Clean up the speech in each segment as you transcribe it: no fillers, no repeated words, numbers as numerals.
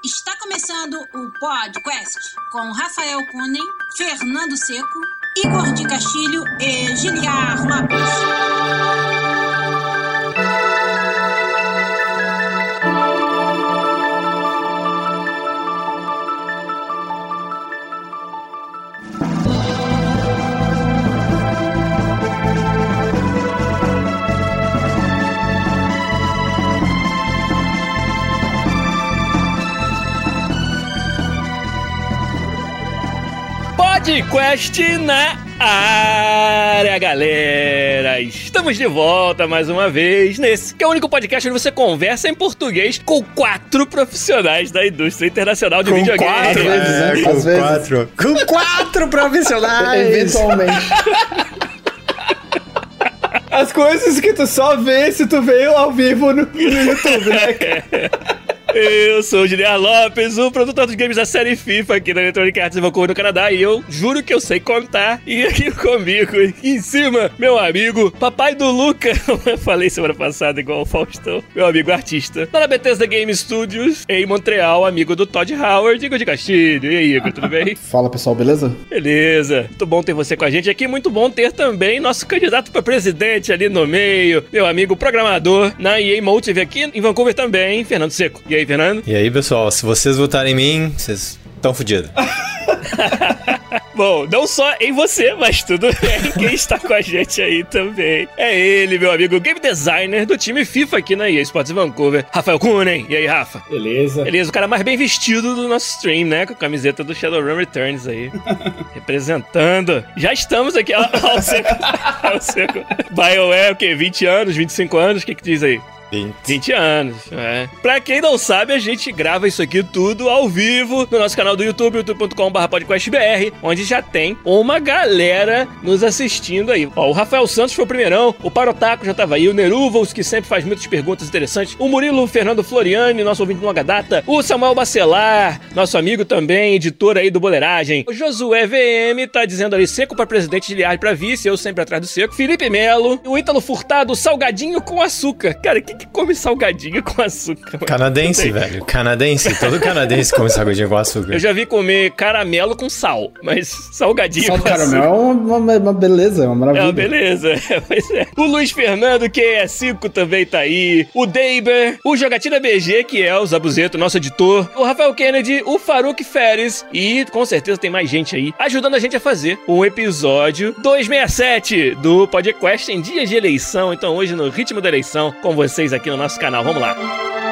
Está começando o podcast com Rafael Kunen, Fernando Seco, Igor de Castilho e Giliar Lopes. Podcast na área, galera! Estamos de volta mais uma vez nesse, que é o único podcast onde você conversa em português com 4 profissionais da indústria internacional de videogame. Com 4 profissionais! Eventualmente. As coisas que tu só vê se tu veio ao vivo no YouTube, né, cara? Eu sou o Giliar Lopes, o produtor dos games da série FIFA aqui na Electronic Arts Vancouver, no Canadá, e eu juro que eu sei contar. E aqui comigo, aqui em cima, meu amigo, papai do Luca, como eu falei semana passada, igual o Faustão, meu amigo artista, lá na Bethesda Game Studios, em Montreal, amigo do Todd Howard, Igor de Castilho. E aí, Igor, tudo bem? Fala, pessoal, beleza? Beleza. Muito bom ter você com a gente aqui, muito bom ter também nosso candidato pra presidente ali no meio, meu amigo programador na EA Motive aqui em Vancouver também, Fernando Seco. E aí, Fernando? E aí, pessoal, se vocês votarem em mim, vocês estão fodidos. Bom, não só em você, mas tudo bem. Quem está com a gente aí também é ele, meu amigo game designer do time FIFA aqui na EA Sports Vancouver, Rafael Kunen. E aí, Rafa? Beleza. Beleza, o cara mais bem vestido do nosso stream, né? Com a camiseta do Shadowrun Returns aí. Representando. Já estamos aqui, ó, ao seco. Ao seco. BioWare, o quê? 20 anos, 25 anos? O que diz aí? 20 anos, é. Pra quem não sabe, a gente grava isso aqui tudo ao vivo no nosso canal do YouTube, youtube.com/podcastbr, onde já tem uma galera nos assistindo aí. Ó, o Rafael Santos foi o primeirão, o Parotaco já tava aí, o Neruvos, que sempre faz muitas perguntas interessantes, o Murilo Fernando Floriani, nosso ouvinte de longa data, o Samuel Bacelar, nosso amigo também, editor aí do Boleiragem, o Josué VM tá dizendo ali, Seco pra presidente, Giliar pra vice, eu sempre atrás do Seco, Felipe Melo, o Ítalo Furtado, salgadinho com açúcar. Cara, que come salgadinho com açúcar? Canadense, velho. Canadense. Todo canadense come salgadinho com açúcar. Eu já vi comer caramelo com sal, mas salgadinho com caramelo açúcar. é uma beleza, é uma maravilha. É uma beleza, pois é. O Luiz Fernando, que é 5, também tá aí. O Deiber, o Jogatina BG, que é o Zabuzeto, nosso editor. O Rafael Kennedy, o Farouk Feres. E com certeza tem mais gente aí ajudando a gente a fazer um episódio 267 do podcast em dias de eleição. Então hoje no ritmo da eleição, com vocês aqui no nosso canal. Vamos lá.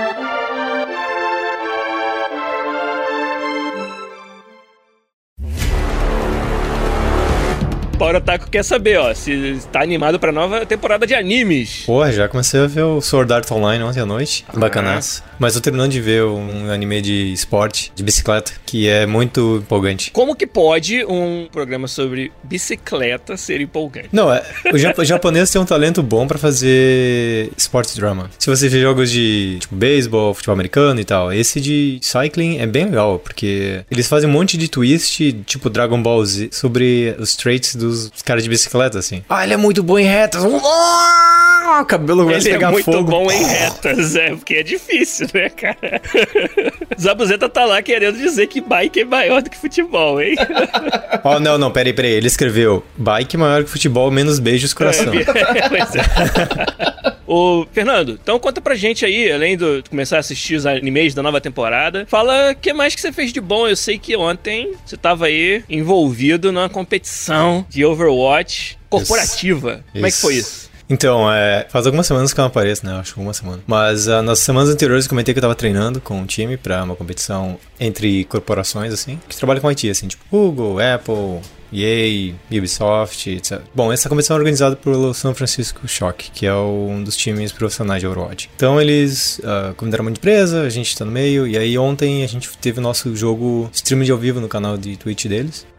O Power Otaku quer saber, ó, se tá animado pra nova temporada de animes. Porra, já comecei a ver o Sword Art Online ontem à noite. Bacanaço. Mas tô terminando de ver um anime de esporte, de bicicleta, que é muito empolgante. Como que pode um programa sobre bicicleta ser empolgante? Não, o japonês tem um talento bom pra fazer sports drama. Se você vê jogos de, tipo, beisebol, futebol americano e tal, esse de cycling é bem legal, porque eles fazem um monte de twist, tipo Dragon Ball Z, sobre os traits dos caras de bicicleta, assim. Ah, ele é muito bom em retas. O cabelo vai pegar fogo. Ele é muito bom em retas, porque é difícil, né, cara? Zabuzeta tá lá querendo dizer que bike é maior do que futebol, hein? Oh, não, peraí. Ele escreveu bike maior que futebol, menos beijos, coração. Pois é. Ô, Fernando, então conta pra gente aí, além de começar a assistir os animes da nova temporada, fala o que mais que você fez de bom. Eu sei que ontem você tava aí envolvido numa competição de Overwatch corporativa. Isso. Como é que foi isso? Então, faz algumas semanas que eu não apareço, né? Acho que uma semana. Mas nas semanas anteriores eu comentei que eu tava treinando com um time pra uma competição entre corporações, assim, que trabalham com IT, assim, tipo Google, Apple, EA, Ubisoft, etc. Bom, essa competição é organizada pelo San Francisco Shock, que é um dos times profissionais de Overwatch. Então eles convidaram uma empresa, a gente tá no meio, e aí ontem a gente teve o nosso jogo stream de ao vivo no canal de Twitch deles.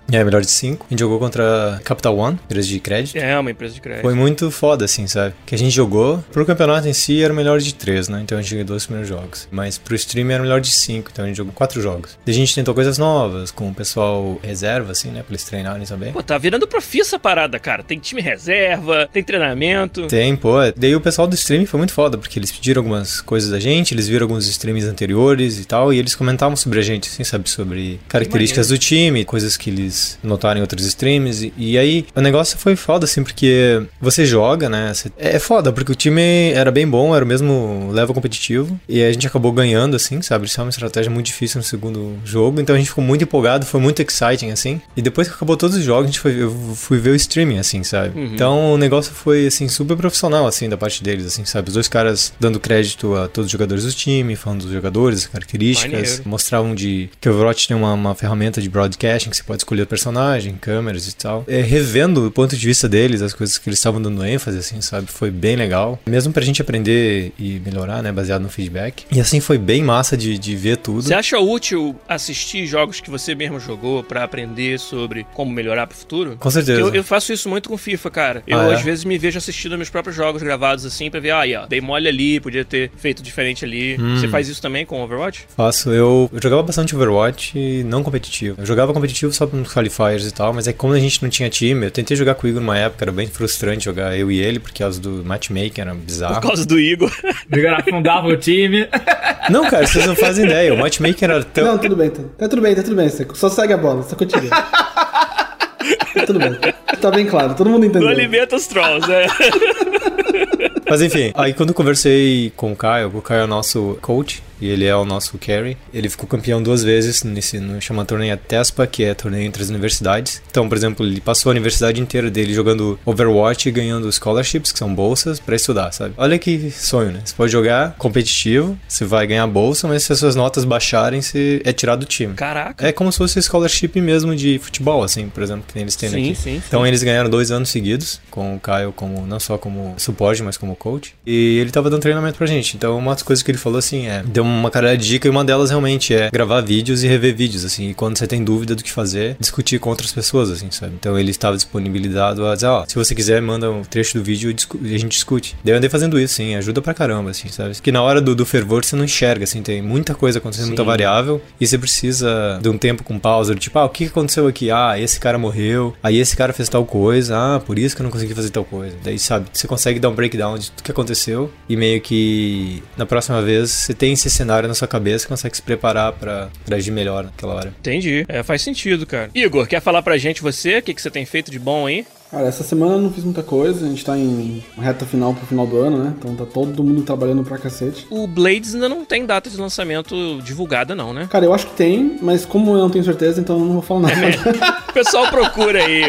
É, melhor de 5. A gente jogou contra Capital One, empresa de crédito. É, uma empresa de crédito. Foi muito foda, assim, sabe? Que a gente jogou, pro campeonato em si era o melhor de 3, né? Então a gente ganhou os primeiros jogos. Mas pro stream era o melhor de 5, então a gente jogou 4 jogos. E a gente tentou coisas novas, com o pessoal reserva, assim, né? Pra eles treinarem também. Pô, tá virando profissa essa parada, cara. Tem time reserva, tem treinamento. Tem, pô. Daí o pessoal do stream foi muito foda, porque eles pediram algumas coisas da gente, eles viram alguns streams anteriores e tal, e eles comentavam sobre a gente, assim, sabe? Sobre características do time, coisas que eles notaram em outros streams. E aí, o negócio foi foda, assim, porque você joga, né? É foda, porque o time era bem bom, era o mesmo level competitivo, e a gente acabou ganhando, assim, sabe? Isso é uma estratégia muito difícil no segundo jogo, então a gente ficou muito empolgado, foi muito exciting, assim. E depois que acabou todos os jogos, eu fui ver o streaming, assim, sabe? Então o negócio foi, assim, super profissional, assim, da parte deles, assim, sabe? Os dois caras dando crédito a todos os jogadores do time, falando dos jogadores, características, maneiro. Mostravam que o Overwatch tem uma ferramenta de broadcasting que você pode escolher o personagem, câmeras e tal. Revendo o ponto de vista deles, as coisas que eles estavam dando ênfase, assim, sabe? Foi bem legal. Mesmo pra gente aprender e melhorar, né? Baseado no feedback. E assim, foi bem massa de ver tudo. Você acha útil assistir jogos que você mesmo jogou pra aprender sobre como melhorar pro futuro? Com certeza. Eu faço isso muito com FIFA, cara. Eu, às vezes, me vejo assistindo meus próprios jogos gravados, assim, pra ver, aí, ó, dei mole ali, podia ter feito diferente ali. Você faz isso também com Overwatch? Faço. Eu jogava bastante Overwatch, não competitivo. Eu jogava competitivo só nos qualifiers e tal, mas é que como a gente não tinha time, eu tentei jogar com o Igor numa época, era bem frustrante jogar eu e ele, por causa do matchmaking, era bizarro. Por causa do Igor. O Igor afundava o time. Não, cara, vocês não fazem ideia, o matchmaking era tão... Não, tudo bem, tá tudo bem, só segue a bola, só continua. Tá tudo bem, tá bem claro, todo mundo entendeu. Não alimenta os trolls, né? Mas enfim, aí quando eu conversei com o Caio é o nosso coach, e ele é o nosso carry. Ele ficou campeão 2 vezes no chama torneio TESPA, que é torneio entre as universidades. Então, por exemplo, ele passou a universidade inteira dele jogando Overwatch e ganhando scholarships, que são bolsas, pra estudar, sabe? Olha que sonho, né? Você pode jogar competitivo, você vai ganhar bolsa, mas se as suas notas baixarem, você é tirado do time. Caraca. É como se fosse scholarship mesmo de futebol, assim, por exemplo, que eles têm aqui. Sim. Então eles ganharam 2 anos seguidos, com o Caio não só como suporte, mas como coach. E ele tava dando treinamento pra gente. Então uma das coisas que ele falou assim deu uma cara de dica, e uma delas realmente é gravar vídeos e rever vídeos, assim, e quando você tem dúvida do que fazer, discutir com outras pessoas, assim, sabe? Então ele estava disponibilizado a dizer, se você quiser, manda um trecho do vídeo e a gente discute. Daí eu andei fazendo isso, sim, ajuda pra caramba, assim, sabe? Porque na hora do fervor você não enxerga, assim, tem muita coisa acontecendo, muita variável, e você precisa de um tempo com pausa, tipo, o que aconteceu aqui? Esse cara morreu, aí esse cara fez tal coisa, por isso que eu não consegui fazer tal coisa. Daí, sabe, você consegue dar um breakdown de tudo que aconteceu, e meio que na próxima vez você tem esse cenário na sua cabeça, consegue se preparar pra agir melhor naquela hora. Entendi. Faz sentido, cara. Igor, quer falar pra gente você? O que você tem feito de bom aí? Cara, essa semana eu não fiz muita coisa, a gente tá em reta final pro final do ano, né? Então tá todo mundo trabalhando pra cacete. O Blades ainda não tem data de lançamento divulgada não, né? Cara, eu acho que tem, mas como eu não tenho certeza, então eu não vou falar nada. O pessoal procura aí,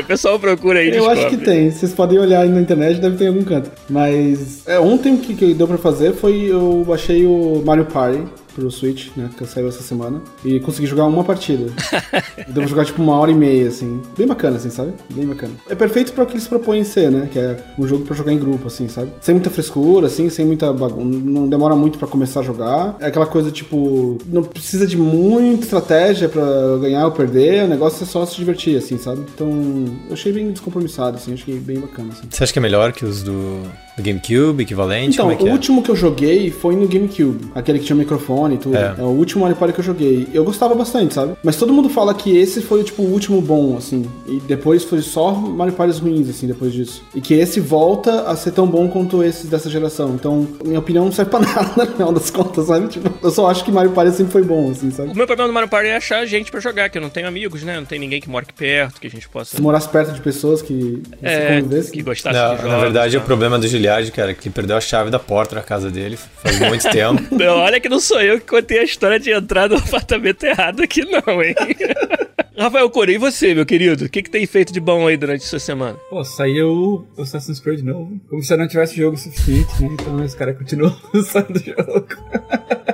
Eu acho que tem, vocês podem olhar aí na internet, deve ter em algum canto. Mas ontem o que deu pra fazer foi eu baixei o Mario Party pro Switch, né, que saiu essa semana, e consegui jogar uma partida. Devo jogar tipo 1h30, assim. Bem bacana, assim, sabe? Bem bacana. É perfeito pra o que eles propõem ser, né, que é um jogo pra jogar em grupo, assim, sabe? Sem muita frescura, assim, sem muita bagunça, não demora muito pra começar a jogar. É aquela coisa, tipo, não precisa de muita estratégia pra ganhar ou perder, o negócio é só se divertir, assim, sabe? Então, eu achei bem descompromissado, assim, achei bem bacana, assim. Você acha que é melhor que os do GameCube, equivalente? Então, como é que o último que eu joguei foi no GameCube, aquele que tinha microfone e tudo. É o último Mario Party que eu joguei. Eu gostava bastante, sabe? Mas todo mundo fala que esse foi, tipo, o último bom, assim. E depois foi só Mario Party ruins, assim, depois disso. E que esse volta a ser tão bom quanto esses dessa geração. Então, minha opinião não serve pra nada, no final das contas, sabe? Tipo, eu só acho que Mario Party sempre foi bom, assim, sabe? O meu problema do Mario Party é achar gente pra jogar, que eu não tenho amigos, né? Não tem ninguém que mora aqui perto, que a gente possa... Se morasse perto de pessoas que você convivesse. Que gostasse de jogos. Na verdade, o problema do Giliard, cara, que perdeu a chave da porta da casa dele faz muito tempo. Não, olha que não sou eu que contei a história de entrar no apartamento errado aqui não, hein? Rafael Corey, e você, meu querido? O que tem feito de bom aí durante essa semana? Pô, saiu o Assassin's Creed novo. Como se eu não tivesse jogo suficiente, né? Então esse cara continua lançando o jogo.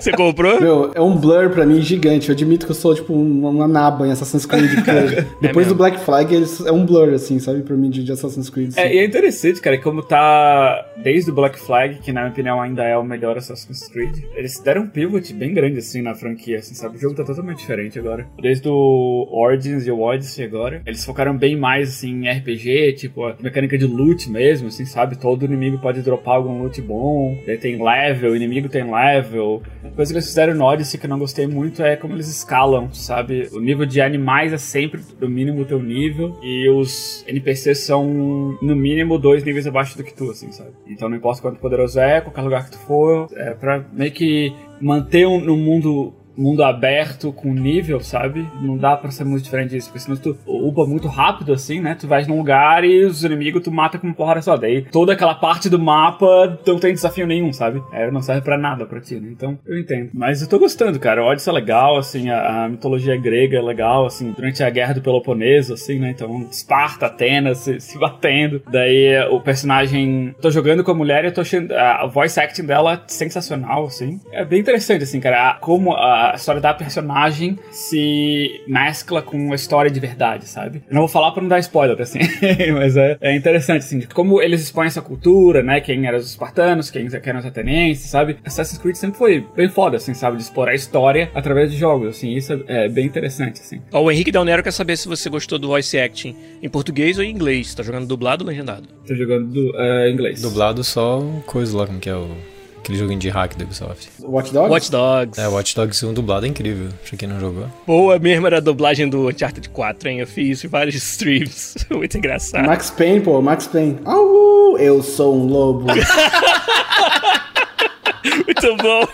Você comprou? Meu, é um blur pra mim gigante. Eu admito que eu sou, tipo, uma naba em Assassin's Creed. Depois do Black Flag, é um blur, assim, sabe? Pra mim, de Assassin's Creed. Assim. E é interessante, cara, como tá desde o Black Flag, que na minha opinião ainda é o melhor Assassin's Creed, eles deram um pivot bem grande, assim, na franquia, assim, sabe? O jogo tá totalmente diferente agora. Desde o Origins e o Odyssey agora, eles focaram bem mais, assim, em RPG, tipo, a mecânica de loot mesmo, assim, sabe? Todo inimigo pode dropar algum loot bom, daí tem level, o inimigo tem level. A coisa que eles fizeram no Odyssey que eu não gostei muito é como eles escalam, sabe? O nível de animais é sempre, no mínimo, o teu nível, e os NPCs são, no mínimo, 2 níveis abaixo do que tu, assim, sabe? Então não importa quanto poderoso é, qualquer lugar que tu for, é pra meio que manter no mundo aberto com nível, sabe? Não dá pra ser muito diferente disso, porque senão tu upa muito rápido, assim, né? Tu vais num lugar e os inimigos tu mata com uma porrada só. Daí toda aquela parte do mapa não tem desafio nenhum, sabe? Não serve pra nada pra ti, né? Então, eu entendo. Mas eu tô gostando, cara. O Odyssey é legal, assim, a mitologia grega é legal, assim, durante a Guerra do Peloponeso, assim, né? Então, Esparta, Atenas, se batendo. Daí, o personagem... Tô jogando com a mulher e eu tô achando... A voice acting dela é sensacional, assim. É bem interessante, assim, cara. Como a história da personagem se mescla com a história de verdade, sabe? Eu não vou falar pra não dar spoiler, assim, mas é interessante, assim, de como eles expõem essa cultura, né? Quem eram os espartanos, quem eram os atenienses, sabe? Assassin's Creed sempre foi bem foda, assim, sabe? De explorar a história através de jogos, assim, isso é bem interessante, assim. Ó, o Henrique Del Nero quer saber se você gostou do voice acting em português ou em inglês. Tá jogando dublado ou legendado? Tô jogando em inglês. Dublado só coisa lá, como que é aquele joguinho de hack da Ubisoft. Watch Dogs? Watch Dogs. Watch Dogs 1 dublado é incrível, pra quem não jogou. Boa mesmo era a dublagem do Uncharted 4, hein? Eu fiz vários streams. Muito engraçado. Max Payne, pô, Max Payne. Au, eu sou um lobo. Muito bom.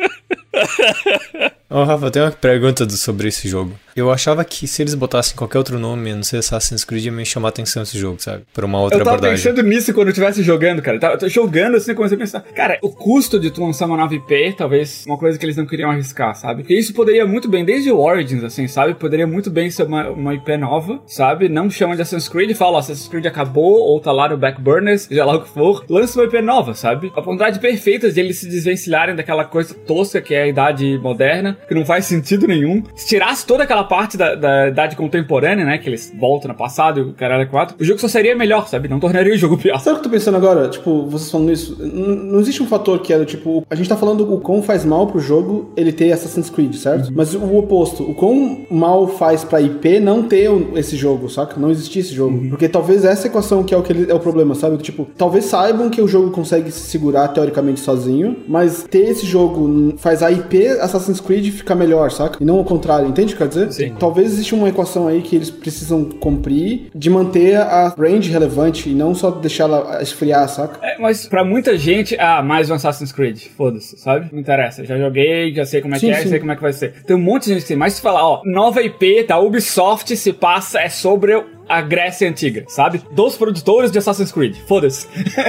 Rafa, eu tenho uma pergunta sobre esse jogo. Eu achava que se eles botassem qualquer outro nome, não sei, Assassin's Creed, ia me chamar a atenção esse jogo, sabe? Por uma outra abordagem. Eu tava pensando nisso quando eu estivesse jogando, cara. Eu tô jogando assim, comecei a pensar, cara, o custo de tu lançar uma nova IP, talvez uma coisa que eles não queriam arriscar, sabe? Porque isso poderia muito bem, desde o Origins, assim, sabe? Poderia muito bem ser uma IP nova, sabe? Não chama de Assassin's Creed e fala, Assassin's Creed acabou, ou tá lá no Backburners, seja lá o que for, lança uma IP nova, sabe? A oportunidade perfeita de eles se desvencilharem daquela coisa tosca que é a idade moderna, que não faz sentido nenhum. Se tirasse toda aquela parte da idade contemporânea, né, que eles voltam no passado e o caralho 4, o jogo só seria melhor, sabe? Não tornaria o jogo pior. Sabe o que eu tô pensando agora? Tipo, vocês falando isso, não existe um fator que é do tipo, a gente tá falando o quão faz mal pro jogo ele ter Assassin's Creed, certo? Mas o oposto, o quão mal faz pra IP não ter esse jogo, saca? Não existir esse jogo. Porque talvez essa equação que é o problema, sabe? Tipo, talvez saibam que o jogo consegue se segurar teoricamente sozinho, mas ter esse jogo faz a IP Assassin's Creed ficar melhor, saca? E não o contrário, entende o que quer dizer? Sim. Talvez exista uma equação aí que eles precisam cumprir de manter a range relevante e não só deixar ela esfriar, saca? Mas pra muita gente, mais um Assassin's Creed, foda-se, sabe? Não interessa, já joguei, já sei como é que é, sei como é que vai ser. Tem um monte de gente que tem, mas se falar, nova IP da Ubisoft se passa, é sobre a Grécia Antiga, sabe? Dos produtores de Assassin's Creed, foda-se,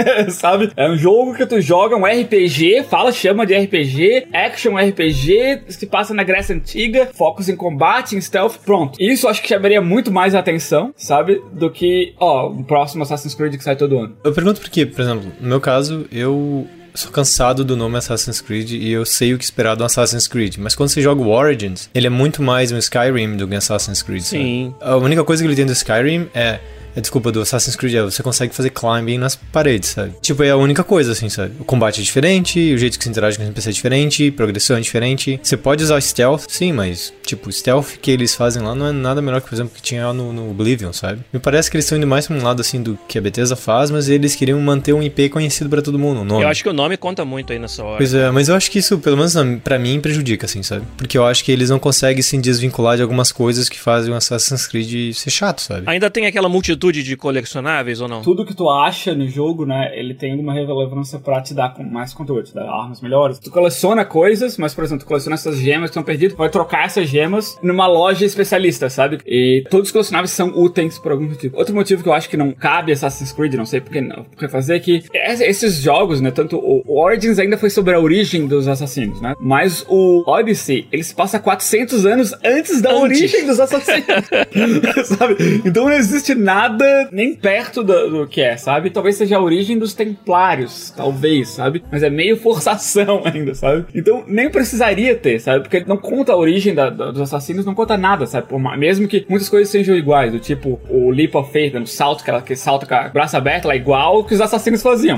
sabe? É um jogo que tu joga, um RPG, chama de RPG, action RPG, se passa na Grécia Antiga, focos em combate, em stealth, pronto. Isso acho que chamaria muito mais atenção, sabe? Do que, o próximo Assassin's Creed que sai todo ano. Eu pergunto porque, por exemplo, no meu caso, eu sou cansado do nome Assassin's Creed e eu sei o que esperar do Assassin's Creed. Mas quando você joga o Origins, ele é muito mais um Skyrim do que um Assassin's Creed. Sim. Sabe? A única coisa que ele tem do Skyrim desculpa, do Assassin's Creed você consegue fazer climbing nas paredes, sabe? Tipo, é a única coisa, assim, sabe? O combate é diferente, o jeito que você interage com o NPC é diferente, progressão é diferente. Você pode usar stealth, sim, mas, tipo, o stealth que eles fazem lá não é nada melhor que, por exemplo, que tinha no Oblivion, sabe? Me parece que eles estão indo mais pra um lado, assim, do que a Bethesda faz, mas eles queriam manter um IP conhecido pra todo mundo, o nome. Eu acho que o nome conta muito aí nessa hora. Pois é, mas eu acho que isso, pelo menos pra mim, prejudica, assim, sabe? Porque eu acho que eles não conseguem se desvincular de algumas coisas que fazem o Assassin's Creed ser chato, sabe? Ainda tem aquela multitude de colecionáveis ou não? Tudo que tu acha no jogo, né, ele tem alguma relevância pra te dar mais conteúdo, te dar armas melhores. Tu coleciona coisas, mas, por exemplo, tu coleciona essas gemas que estão perdidas, tu vai trocar essas gemas gemas numa loja especialista, sabe? E todos os colecionáveis são úteis por algum motivo. Outro motivo que eu acho que não cabe Assassin's Creed, não sei porque não, porque fazer é que esses jogos, né, tanto o Origins ainda foi sobre a origem dos assassinos, né? Mas o Odyssey, ele se passa 400 anos antes da origem dos assassinos. Sabe? Então não existe nada nem perto do que é, sabe? Talvez seja a origem dos Templários, talvez, sabe? Mas é meio forçação ainda, sabe? Então nem precisaria ter, sabe? Porque não conta a origem dos assassinos, não conta nada, sabe? Mesmo que muitas coisas sejam iguais, do tipo o Leap of Faith, no salto, que salta com o braço aberto, lá igual o que os assassinos faziam.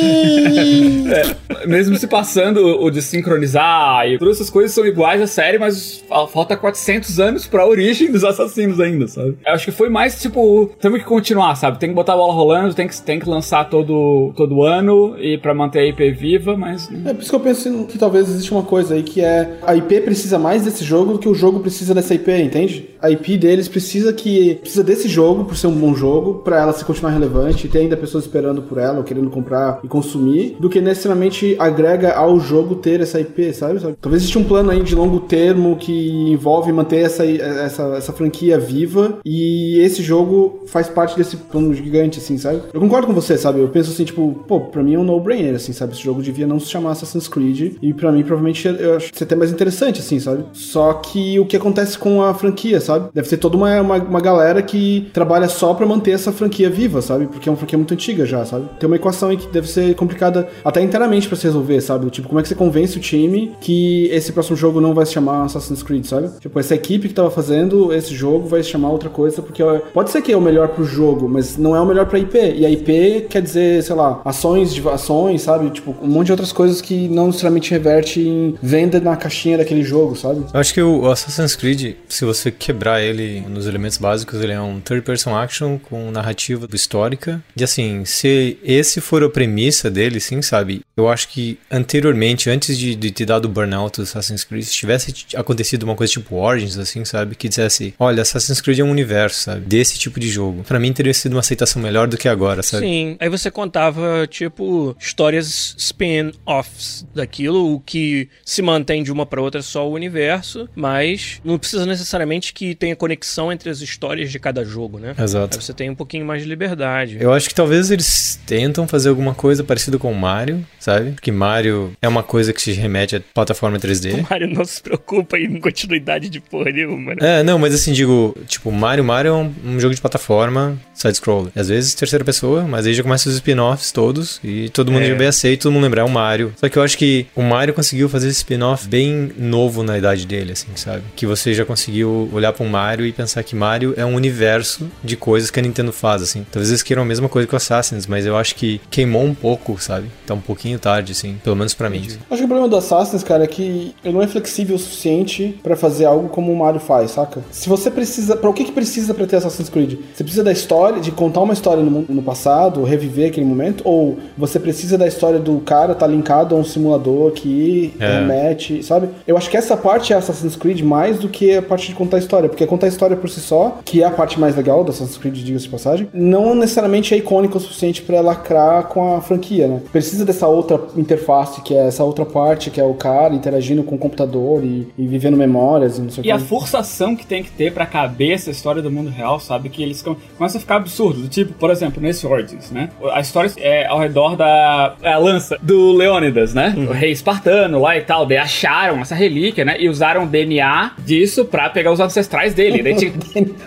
Mas mesmo se passando o de sincronizar e todas essas coisas são iguais à série, mas falta 400 anos pra origem dos assassinos ainda, sabe? Eu acho que foi mais tipo, temos que continuar, sabe? Tem que botar a bola rolando, tem que lançar todo ano e pra manter a IP viva, mas... É por isso que eu penso que talvez existe uma coisa aí que é a IP precisa mais desse jogo do que o jogo precisa dessa IP, entende? A IP deles precisa desse jogo, por ser um bom jogo, pra ela se continuar relevante e ter ainda pessoas esperando por ela, ou querendo comprar e consumir, do que necessariamente agrega ao jogo ter essa IP, sabe? Talvez exista um plano aí de longo termo que envolve manter essa franquia viva, e esse jogo faz parte desse plano gigante, assim, sabe? Eu concordo com você, sabe? Eu penso assim, tipo, pô, pra mim é um no-brainer, assim, sabe? Esse jogo devia não se chamar Assassin's Creed, e pra mim, provavelmente, eu acho que seria até mais interessante, assim, sabe? Só que o que acontece com a franquia, sabe? Deve ter toda uma galera que trabalha só pra manter essa franquia viva, sabe? Porque é uma franquia muito antiga já, sabe? Tem uma equação aí que deve ser complicada até internamente pra se resolver, sabe? Tipo, como é que você convence o time que esse próximo jogo não vai se chamar Assassin's Creed, sabe? Tipo, essa equipe que tava fazendo esse jogo vai se chamar outra coisa, porque pode ser que é o melhor pro jogo, mas não é o melhor pra IP. E a IP quer dizer, sei lá, ações, sabe? Tipo, um monte de outras coisas que não necessariamente reverte em venda na caixinha daquele jogo, sabe? Eu acho que o Assassin's Creed, se você quebrar ele nos elementos básicos, ele é um third-person action com narrativa histórica. E assim, se esse for a premissa dele, sim, sabe? Eu acho que anteriormente, antes de ter dado o burnout do Assassin's Creed, se tivesse acontecido uma coisa tipo Origins, assim, sabe? Que dissesse, olha, Assassin's Creed é um universo, sabe? Desse tipo de jogo. Pra mim teria sido uma aceitação melhor do que agora, sabe? Sim. Aí você contava, tipo, histórias spin-offs daquilo, o que se mantém de uma pra outra é só o universo, mas não precisa necessariamente que tenha conexão entre as histórias de cada jogo, né? Exato. Aí você tem um pouquinho mais de liberdade. Eu acho que talvez eles tentam fazer alguma coisa parecida com o Mario, sabe? Porque Mario é uma coisa que se remete à plataforma 3D. O Mario não se preocupa em continuidade de porra nenhuma, né? É, não, mas assim, digo, tipo, Mario é um jogo de plataforma side-scroller. Às vezes terceira pessoa, mas aí já começa os spin-offs todos e todo mundo já bem aceita, todo mundo lembrar o Mario. Só que eu acho que o Mario conseguiu fazer esse spin-off bem novo na idade dele, assim, sabe? Que você já conseguiu olhar para um Mario e pensar que Mario é um universo de coisas que a Nintendo faz, assim. Talvez eles queiram a mesma coisa que o Assassin's, mas eu acho que queimou um pouco, sabe? Tá um pouquinho tarde, assim, pelo menos pra mim. Acho que o problema do Assassin's, cara, é que ele não é flexível o suficiente pra fazer algo como o Mario faz, saca? Se você precisa... Pra o que precisa pra ter Assassin's Creed? Você precisa da história, de contar uma história no passado, reviver aquele momento, ou você precisa da história do cara tá linkado a um simulador que remete, sabe? Eu acho que essa parte é Assassin's Creed mais do que a parte de contar a história, porque contar a história por si só, que é a parte mais legal do Assassin's Creed, diga-se de passagem, não necessariamente é icônico o suficiente pra lacrar com a franquia, né? Precisa dessa outra interface, que é essa outra parte, que é o cara interagindo com o computador e vivendo memórias e não sei o que. E a forçação que tem que ter pra caber essa história do mundo real, sabe? Que eles começam a ficar absurdos. Tipo, por exemplo, nesse Origins, né? A história é ao redor da lança do Leônidas, né? O rei espartano lá e tal. Daí acharam essa relíquia, né? E usaram o DNA disso pra pegar os ancestrais dele. Daí tinha...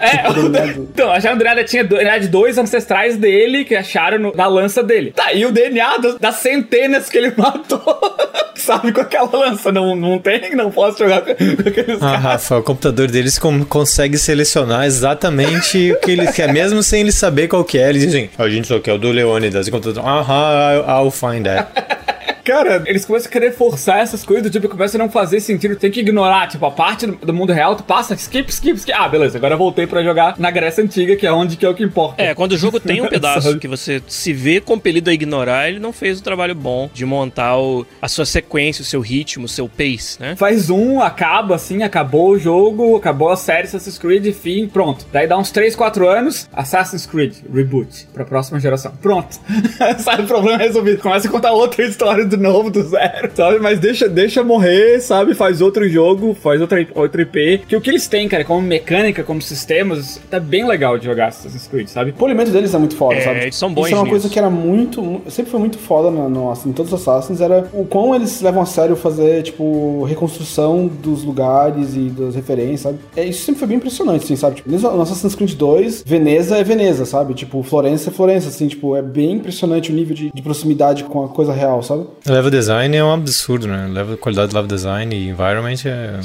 Então, acharam o DNA, tinha DNA de 2 ancestrais dele que acharam na lança dele. Tá, e o DNA das centenas que ele matou, sabe, com aquela lança. Não tem, não posso jogar com aqueles caras. Rafa, o computador deles consegue selecionar exatamente o que eles querem, mesmo sem eles saber qual que é. Eles dizem, a gente só quer o do Leônidas. E o computador, I'll find that. Cara, eles começam a querer forçar essas coisas, do tipo, começa a não fazer sentido, tem que ignorar, tipo, a parte do mundo real, tu passa, skip. Ah, beleza, agora eu voltei pra jogar na Grécia Antiga, que é onde que é o que importa. É, quando o jogo tem um pedaço que você se vê compelido a ignorar, ele não fez o trabalho bom de montar a sua sequência, o seu ritmo, o seu pace, né? Faz acaba assim, acabou o jogo, acabou a série Assassin's Creed, fim, pronto. Daí dá uns 3, 4 anos, Assassin's Creed, reboot, pra próxima geração. Pronto. Sabe, o problema resolvido. Começa a contar outra história de novo do zero, sabe? Mas deixa morrer, sabe? Faz outro jogo, faz outra IP. Que o que eles têm, cara, como mecânica, como sistemas, tá bem legal de jogar Assassin's Creed, sabe? O polimento deles é muito foda, sabe? Eles são bons. Isso é uma coisa que era sempre foi muito foda em todos os Assassins, era o quão eles levam a sério fazer, tipo, reconstrução dos lugares e das referências, sabe? Isso sempre foi bem impressionante, assim, sabe? Tipo, no Assassin's Creed 2, Veneza é Veneza, sabe? Tipo, Florença é Florença, assim, tipo, é bem impressionante o nível de proximidade com a coisa real, sabe? Level design é um absurdo, né? Qualidade de level design e environment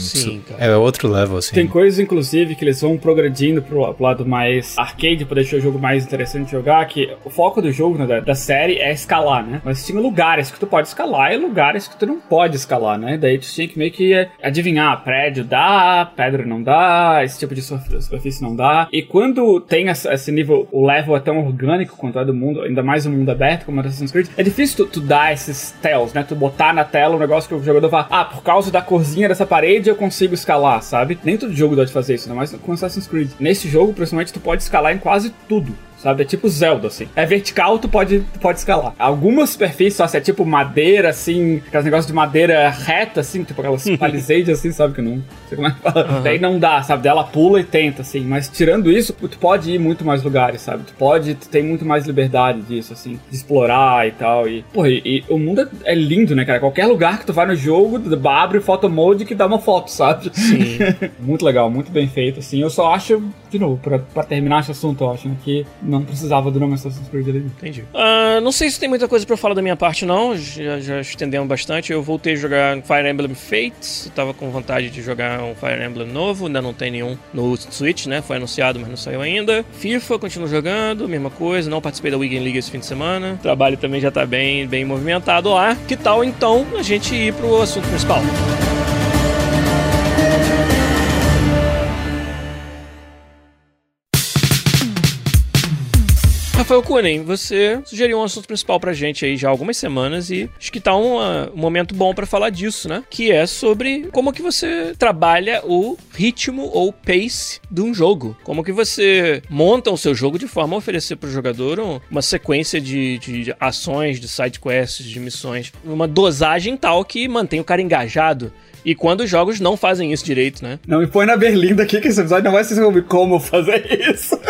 é outro level, assim. Tem coisas, inclusive, que eles vão progredindo pro lado mais arcade, pra deixar o jogo mais interessante de jogar, que o foco do jogo, né, da série é escalar, né? Mas tinha lugares que tu pode escalar e lugares que tu não pode escalar, né? Daí tu tinha que meio que adivinhar, prédio dá, pedra não dá, esse tipo de superfície não dá. E quando tem esse nível, o level é tão orgânico quanto é do mundo, ainda mais o mundo aberto, como é Assassin's Creed, é difícil tu dar esses tells, né? Tu botar na tela um negócio que o jogador fala, por causa da corzinha dessa parede eu consigo escalar, sabe? Nem todo jogo dá de fazer isso, ainda mais com Assassin's Creed. Nesse jogo, principalmente, tu pode escalar em quase tudo. Sabe? É tipo Zelda, assim. É vertical, tu pode escalar. Algumas superfícies, só se é tipo madeira, assim, aqueles negócios de madeira reta, assim, tipo aquelas palisades, assim, sabe? Que não sei como é que fala. Daí não dá, sabe? Daí ela pula e tenta, assim. Mas tirando isso, tu pode ir muito mais lugares, sabe? Tu tem muito mais liberdade disso, assim, de explorar e tal. E, porra, e o mundo é lindo, né, cara? Qualquer lugar que tu vai no jogo, abre o photo mode que dá uma foto, sabe? Sim. Muito legal, muito bem feito, assim. Eu só acho, de novo, pra terminar esse assunto, eu acho que não precisava do nome Assassin's Creed ali. Entendi. Não sei se tem muita coisa pra falar da minha parte, não. Já estendemos bastante. Eu voltei a jogar Fire Emblem Fates. Eu tava com vontade de jogar um Fire Emblem novo. Ainda não tem nenhum no Switch, né? Foi anunciado, mas não saiu ainda. FIFA, continuo jogando. Mesma coisa. Não participei da Weekend League esse fim de semana. O trabalho também já tá bem movimentado lá. Que tal, então, a gente ir pro assunto principal? Rafael Kunen, você sugeriu um assunto principal pra gente aí já há algumas semanas e acho que tá um momento bom pra falar disso, né? Que é sobre como que você trabalha o ritmo ou pace de um jogo. Como que você monta o seu jogo de forma a oferecer pro jogador uma sequência de ações, de side quests, de missões, uma dosagem tal que mantém o cara engajado. E quando os jogos não fazem isso direito, né? Não me põe na berlinda aqui que esse episódio não vai ser sobre como fazer isso.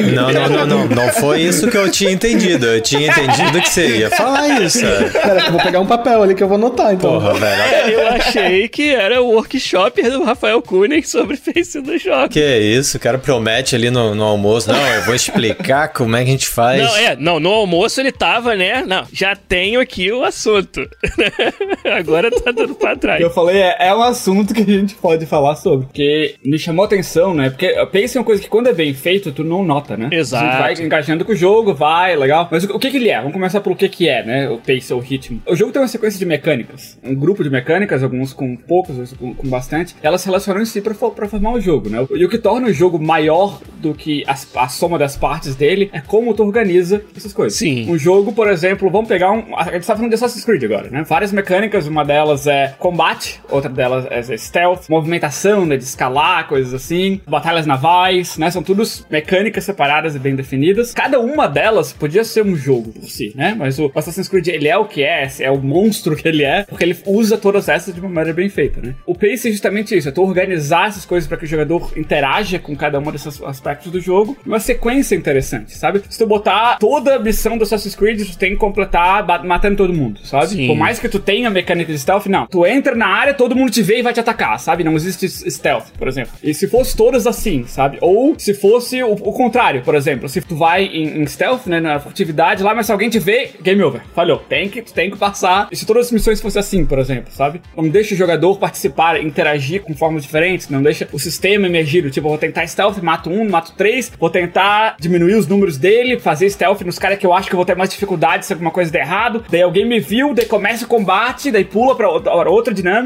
Não foi isso que eu tinha entendido. Eu tinha entendido que você ia falar isso. Pera, eu vou pegar um papel ali que eu vou anotar, então. Porra, velho. Eu achei que era o workshop do Rafael Kunen sobre face dos jogos. Que isso, o cara promete ali no almoço. Não, eu vou explicar como é que a gente faz. No almoço ele tava, né? Não, já tenho aqui o assunto. Agora tá dando pra trás. Eu falei, é um assunto que a gente pode falar sobre. Porque me chamou atenção, né? Porque pace é uma coisa que quando é bem feito, tu não nota, né? Exato. A gente vai engajando com o jogo, legal. Mas o que ele é? Vamos começar pelo que é, né? O pace ou o ritmo. O jogo tem uma sequência de mecânicas. Um grupo de mecânicas, alguns com poucos, outros com bastante. Elas se relacionam em si pra formar o jogo, né? E o que torna o jogo maior do que a soma das partes dele é como tu organiza essas coisas. Sim. Um jogo, por exemplo, vamos pegar a gente tá falando de Assassin's Creed agora, né? Várias mecânicas, uma delas é combate, outra delas é stealth, movimentação, né, de escalar, coisas assim, batalhas navais, né, são todas mecânicas separadas e bem definidas. Cada uma delas podia ser um jogo por si, né, mas o Assassin's Creed, ele é o que é o monstro que ele é, porque ele usa todas essas de uma maneira bem feita, né. O pace é justamente isso, é tu organizar essas coisas para que o jogador interaja com cada um desses aspectos do jogo, uma sequência interessante, sabe? Se tu botar toda a missão do Assassin's Creed, tu tem que completar matando todo mundo, sabe? Sim. Por mais que tu tenha mecânica de stealth, não. Tu entra na área, todo mundo te vê e vai te atacar, sabe? Não existe stealth, por exemplo. E se fosse todas assim, sabe? Ou se fosse o contrário, por exemplo. Se tu vai em stealth, né, na furtividade lá, mas se alguém te vê, game over. Falhou. Tu tem que passar. E se todas as missões fossem assim, por exemplo, sabe? Não deixa o jogador participar, interagir com formas diferentes, não deixa o sistema emergir. Tipo, vou tentar stealth, mato 1, mato 3, vou tentar diminuir os números dele, fazer stealth nos caras que eu acho que eu vou ter mais dificuldade se alguma coisa der errado. Daí alguém me viu, daí começa o combate, daí pula pra outra dinâmica, outro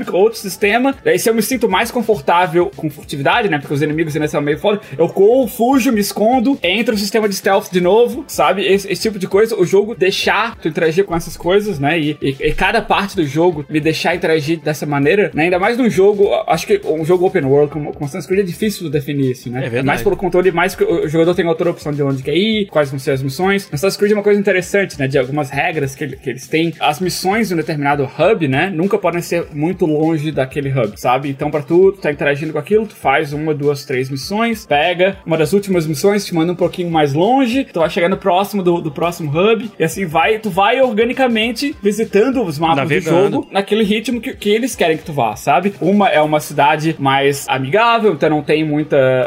sistema. Daí se eu me sinto mais confortável com furtividade, né? Porque os inimigos ainda são meio foda, eu corro, fujo, me escondo, entro no sistema de stealth de novo, sabe? Esse tipo de coisa, o jogo deixar tu interagir com essas coisas, né? E cada parte do jogo me deixar interagir dessa maneira, né? Ainda mais num jogo, acho que um jogo open world como Assassin's Creed é difícil de definir isso, né? É mais pelo controle, mais que o jogador tem outra opção de onde quer ir, quais vão ser as missões. Assassin's Creed é uma coisa interessante, né? De algumas regras que eles têm. As missões em um determinado hub, né? Nunca podem ser muito longe daquele hub, sabe? Então, pra tu tá interagindo com aquilo, tu faz 1, 2, 3 missões, pega uma das últimas missões, te manda um pouquinho mais longe, tu vai chegar no próximo do próximo hub, e assim tu vai organicamente visitando os mapas do jogo naquele ritmo que eles querem que tu vá, sabe? Uma é uma cidade mais amigável, então não tem muita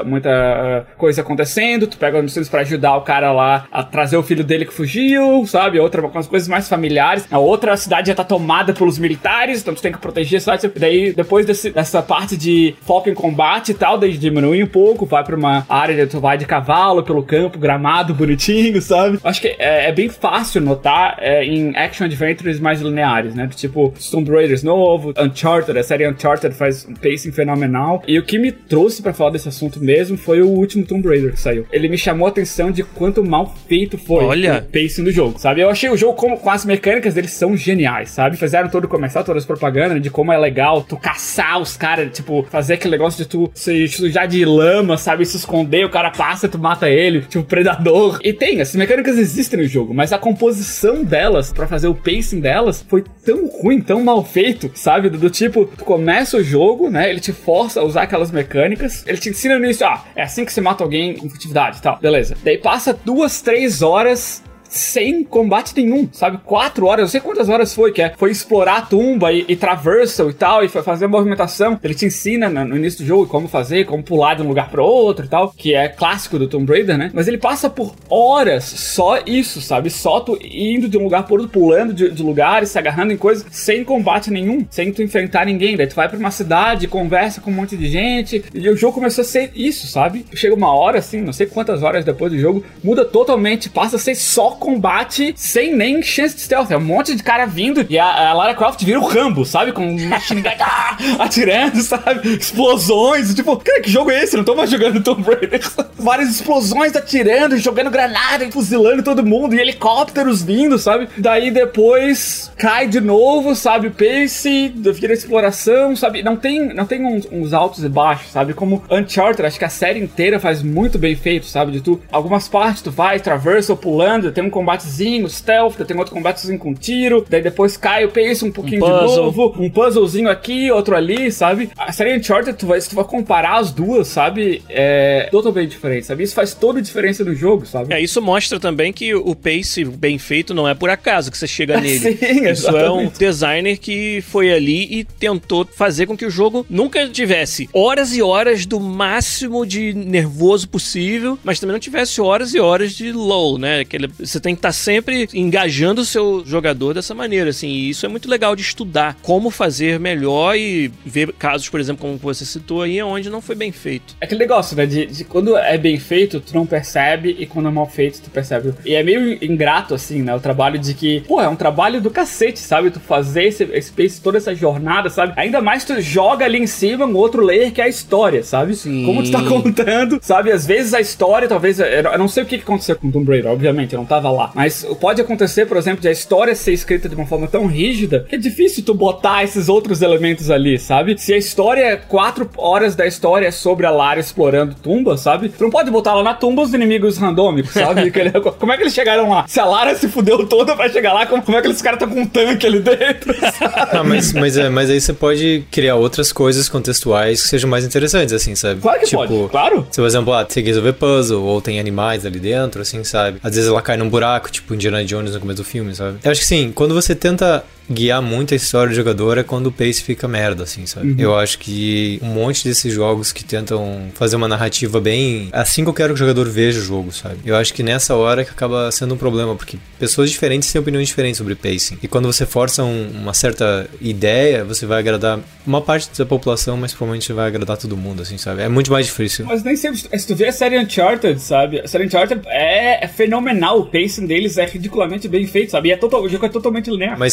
coisa acontecendo, tu pega as missões pra ajudar o cara lá a trazer o filho dele que fugiu, sabe? Outra, com as coisas mais familiares. A outra cidade já tá tomada pelos militares, então tu tem que proteger a cidade. Daí, depois dessa parte de foco em combate e tal, daí diminui um pouco, vai pra uma área onde tu vai de cavalo pelo campo, gramado, bonitinho, sabe? Acho que é bem fácil notar em action adventures mais lineares, né? Tipo, Tomb Raider novo, Uncharted, a série Uncharted faz um pacing fenomenal. E o que me trouxe pra falar desse assunto mesmo foi o último Tomb Raider que saiu. Ele me chamou a atenção de quanto mal feito foi o pacing do jogo, sabe? Eu achei o jogo com as mecânicas deles são geniais, sabe? Fizeram todo o comercial, todas as propagandas de como é legal tu caçar os caras, tipo, fazer aquele negócio de tu se sujar de lama, sabe? Se esconder, o cara passa, tu mata ele, tipo, predador. E tem, essas mecânicas existem no jogo, mas a composição delas, pra fazer o pacing delas, foi tão ruim, tão mal feito, sabe? Do tipo, tu começa o jogo, né? Ele te força a usar aquelas mecânicas, ele te ensina no início, é assim que você mata alguém com furtividade e tal, beleza. Daí passa 2, 3 horas sem combate nenhum, sabe? 4 horas, não sei quantas horas foi, foi explorar a tumba e traversal e tal, e fazer a movimentação. Ele te ensina no início do jogo como fazer, como pular de um lugar pro outro e tal, que é clássico do Tomb Raider, né? Mas ele passa por horas só isso, sabe? Só tu indo de um lugar pro outro, pulando de lugares, se agarrando em coisas, sem combate nenhum, sem tu enfrentar ninguém. Daí tu vai pra uma cidade, conversa com um monte de gente, e o jogo começou a ser isso, sabe? Chega uma hora, assim, não sei quantas horas depois do jogo, muda totalmente, passa a ser só combate sem nem chance de stealth. É um monte de cara vindo e a Lara Croft vira o Rambo, sabe? Com machine gun atirando, sabe? Explosões. Tipo, cara, que jogo é esse? Eu não tô mais jogando Tomb Raider. Várias explosões atirando, jogando granada e fuzilando todo mundo. E helicópteros vindo, sabe? Daí depois cai de novo, sabe? Pace, vira exploração, sabe? Não tem uns altos e baixos, sabe? Como Uncharted, acho que a série inteira faz muito bem feito, sabe? De tu, algumas partes tu vai, traversa pulando, tem um combatezinho, stealth, tem outro combatezinho com tiro, daí depois cai o pace um pouquinho de novo, um puzzlezinho aqui, outro ali, sabe? A série Uncharted, se tu vai comparar as duas, sabe? É totalmente diferente, sabe? Isso faz toda a diferença no jogo, sabe? Isso mostra também que o pace bem feito não é por acaso que você chega nele. Sim, isso é um designer que foi ali e tentou fazer com que o jogo nunca tivesse horas e horas do máximo de nervoso possível, mas também não tivesse horas e horas de lull, né? Você tem que estar sempre engajando o seu jogador dessa maneira, assim, e isso é muito legal de estudar como fazer melhor e ver casos, por exemplo, como você citou aí, onde não foi bem feito. É aquele negócio, né, de quando é bem feito, tu não percebe, e quando é mal feito, tu percebe. E é meio ingrato, assim, né, o trabalho de que, é um trabalho do cacete, sabe, tu fazer esse pace, toda essa jornada, sabe, ainda mais tu joga ali em cima um outro layer que é a história, sabe? Sim. Como tu tá contando, sabe, às vezes a história, talvez, eu não sei o que aconteceu com Tomb Raider, obviamente, eu não tava lá, mas pode acontecer, por exemplo, de a história ser escrita de uma forma tão rígida que é difícil tu botar esses outros elementos ali, sabe? Se a história, 4 horas da história é sobre a Lara explorando tumbas, sabe? Tu não pode botar lá na tumba os inimigos randômicos, sabe? Como é que eles chegaram lá? Se a Lara se fudeu toda pra chegar lá, como é que aqueles caras estão com um tanque ali dentro? Não, mas aí você pode criar outras coisas contextuais que sejam mais interessantes, assim, sabe? Claro que pode, claro. Se, por exemplo, tem que resolver puzzle, ou tem animais ali dentro, assim, sabe? Às vezes ela cai num buraco, tipo Indiana Jones no começo do filme, sabe? Eu acho que sim, quando você tenta guiar muito a história do jogador é quando o pace fica merda, assim, sabe? Uhum. Eu acho que um monte desses jogos que tentam fazer uma narrativa bem assim que eu quero que o jogador veja o jogo, sabe? Eu acho que nessa hora que acaba sendo um problema, porque pessoas diferentes têm opiniões diferentes sobre pacing. E quando você força uma certa ideia, você vai agradar uma parte da população, mas provavelmente vai agradar todo mundo, assim, sabe? É muito mais difícil. Mas nem sempre, se tu vê a série Uncharted, sabe? A série Uncharted é fenomenal, o pacing deles é ridiculamente bem feito, sabe? E o jogo é totalmente linear. Mas sempre tem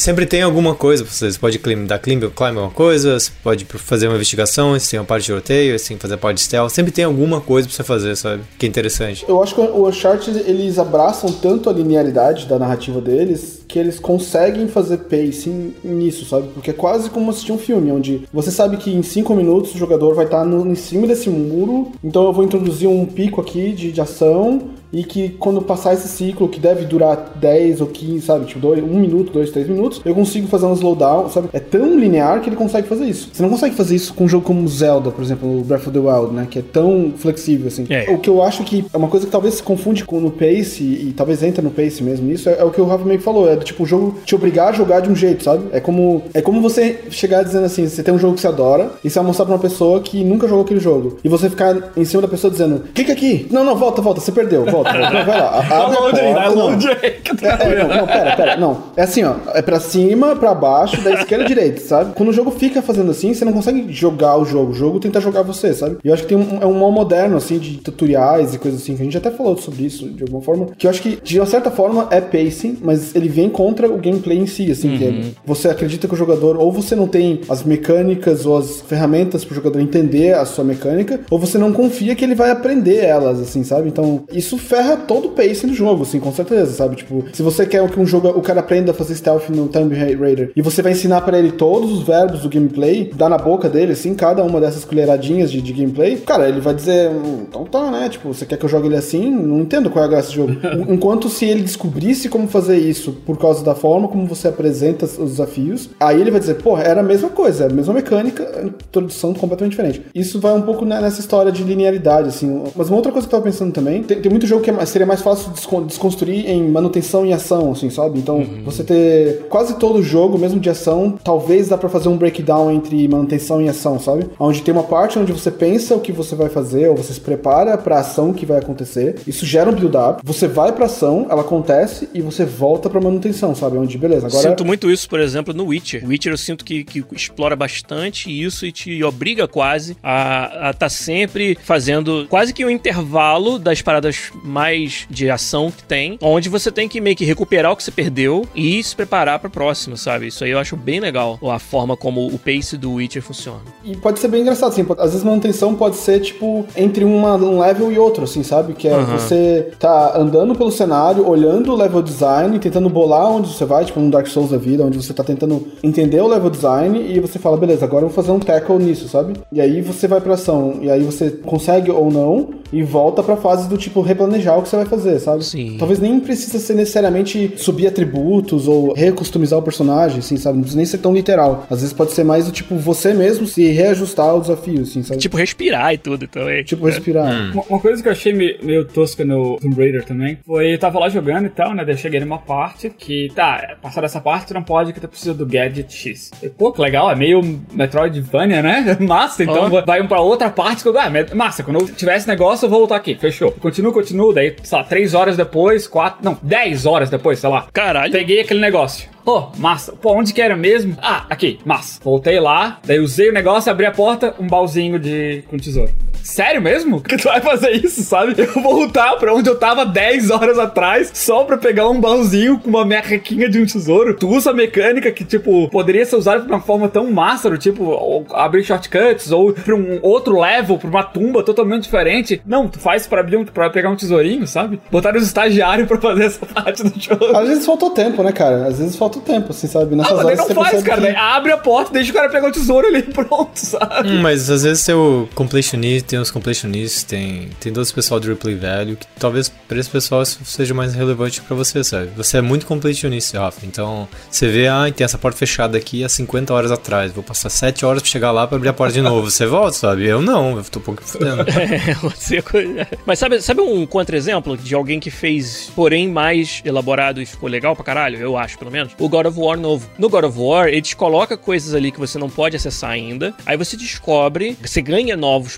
alguma coisa pra você pode dar climb alguma coisa, você pode fazer uma investigação, você tem uma parte de tiroteio, você tem que fazer a parte de stealth, sempre tem alguma coisa pra você fazer, sabe? Que é interessante. Eu acho que o Uncharted, eles abraçam tanto a linearidade da narrativa deles, que eles conseguem fazer pacing nisso, sabe? Porque é quase como assistir um filme, onde você sabe que em 5 minutos o jogador vai estar em cima desse muro, então eu vou introduzir um pico aqui de ação, e que quando passar esse ciclo, que deve durar 10 ou 15, sabe? Tipo, 1 minuto, 2, 3 minutos, eu consigo fazer um slowdown, sabe? É tão linear que ele consegue fazer isso. Você não consegue fazer isso com um jogo como Zelda, por exemplo, o Breath of the Wild, né? Que é tão flexível, assim. O que eu acho que é uma coisa que talvez se confunde no pace, e talvez entra no pace mesmo, isso é o que o Rafa meio que falou, é tipo, o jogo te obrigar a jogar de um jeito, sabe? É como você chegar dizendo assim, você tem um jogo que você adora, e você vai mostrar pra uma pessoa que nunca jogou aquele jogo, e você ficar em cima da pessoa dizendo, clica aqui, não, volta, você perdeu, volta. Vai lá, abre a porta. Pera, não. É assim, ó, é pra cima, pra baixo, da esquerda e direita, sabe? Quando o jogo fica fazendo assim, você não consegue jogar o jogo tenta jogar você, sabe? E eu acho que tem um mal moderno, assim, de tutoriais e coisas assim, que a gente até falou sobre isso, de alguma forma, que eu acho que, de uma certa forma, é pacing, mas ele vem contra o gameplay em si, assim, que é, você acredita que o jogador, ou você não tem as mecânicas ou as ferramentas pro jogador entender a sua mecânica, ou você não confia que ele vai aprender elas, assim, sabe? Então, isso ferra todo o pace do jogo, assim, com certeza, sabe? Tipo, se você quer que o cara aprenda a fazer stealth no Tomb Raider e você vai ensinar pra ele todos os verbos do gameplay, dá na boca dele, assim, cada uma dessas colheradinhas de gameplay, cara, ele vai dizer, então tá, né? Tipo, você quer que eu jogue ele assim? Não entendo qual é a graça do jogo. Enquanto se ele descobrisse como fazer isso por causa da forma como você apresenta os desafios, aí ele vai dizer, porra, era a mesma coisa, era a mesma mecânica, introdução completamente diferente. Isso vai um pouco nessa história de linearidade, assim. Mas uma outra coisa que eu tava pensando também, tem muito jogo que seria mais fácil desconstruir em manutenção e ação, assim, sabe? Então, você ter quase todo jogo, mesmo de ação, talvez dá pra fazer um breakdown entre manutenção e ação, sabe? Onde tem uma parte onde você pensa o que você vai fazer, ou você se prepara pra ação que vai acontecer, isso gera um build-up, você vai pra ação, ela acontece, e você volta pra manutenção, sabe? Onde, beleza, agora... Sinto muito isso, por exemplo, no Witcher. O Witcher eu sinto que explora bastante isso e te obriga quase a estar sempre fazendo quase que um intervalo das paradas mais de ação que tem, onde você tem que meio que recuperar o que você perdeu e se preparar pra próxima, sabe? Isso aí eu acho bem legal, a forma como o pace do Witcher funciona. E pode ser bem engraçado, assim, às vezes manutenção pode ser, tipo, entre um level e outro, assim, sabe? Que é você tá andando pelo cenário, olhando o level design, tentando bolar onde você vai, tipo, um Dark Souls da vida, onde você tá tentando entender o level design e você fala, beleza, agora eu vou fazer um tackle nisso, sabe? E aí você vai pra ação, e aí você consegue ou não, e volta pra fase do tipo, replanejar o que você vai fazer, sabe? Sim. Talvez nem precisa ser necessariamente subir atributos ou recustomizar o personagem, assim, sabe? Não precisa nem ser tão literal. Às vezes pode ser mais do tipo, você mesmo se reajustar ao desafio, assim, sabe? Tipo, respirar e tudo também. Tipo, respirar. Uma coisa que eu achei meio tosca no Tomb Raider também foi, eu tava lá jogando e tal, né? Daí eu cheguei numa parte que, passar essa parte tu não pode, que tu precisa do gadget X. E, pô, que legal, é meio Metroidvania, né? Massa, então vai pra outra parte, massa, quando eu tiver esse negócio eu vou voltar aqui, fechou. Continuo, daí, sei lá, 3 horas depois, 10 horas depois, sei lá. Caralho. Peguei aquele negócio. Pô, massa. Pô, onde que era mesmo? Ah, aqui, massa. Voltei lá, daí usei o negócio, abri a porta, um baúzinho com tesouro. Sério mesmo? Que tu vai fazer isso, sabe? Eu vou voltar pra onde eu tava 10 horas atrás só pra pegar um baúzinho com uma merrequinha de um tesouro. Tu usa a mecânica que, tipo, poderia ser usada de uma forma tão massa, tipo, abrir shortcuts ou pra um outro level, pra uma tumba totalmente diferente. Não, tu faz pra pegar um tesourinho, sabe? Botar os estagiários pra fazer essa parte do jogo. Às vezes faltou tempo, né, cara? Às vezes falta tempo, assim, sabe? Nessas mas horas não você faz, cara. Que... Daí abre a porta, deixa o cara pegar o tesouro ali, pronto, sabe? Mas às vezes tem o completionista, tem os completionistas, tem todo esse pessoal de replay value, que talvez pra esse pessoal seja mais relevante pra você, sabe? Você é muito completionista, Rafa. Então, você vê, tem essa porta fechada aqui há 50 horas atrás. Vou passar 7 horas pra chegar lá pra abrir a porta de novo. Você volta, sabe? Eu não, eu tô um pouco fudendo. Mas sabe um contra-exemplo de alguém que fez, porém, mais elaborado e ficou legal pra caralho? Eu acho, pelo menos. O God of War novo. No God of War, ele te coloca coisas ali que você não pode acessar ainda. Aí você descobre, você ganha novos poderes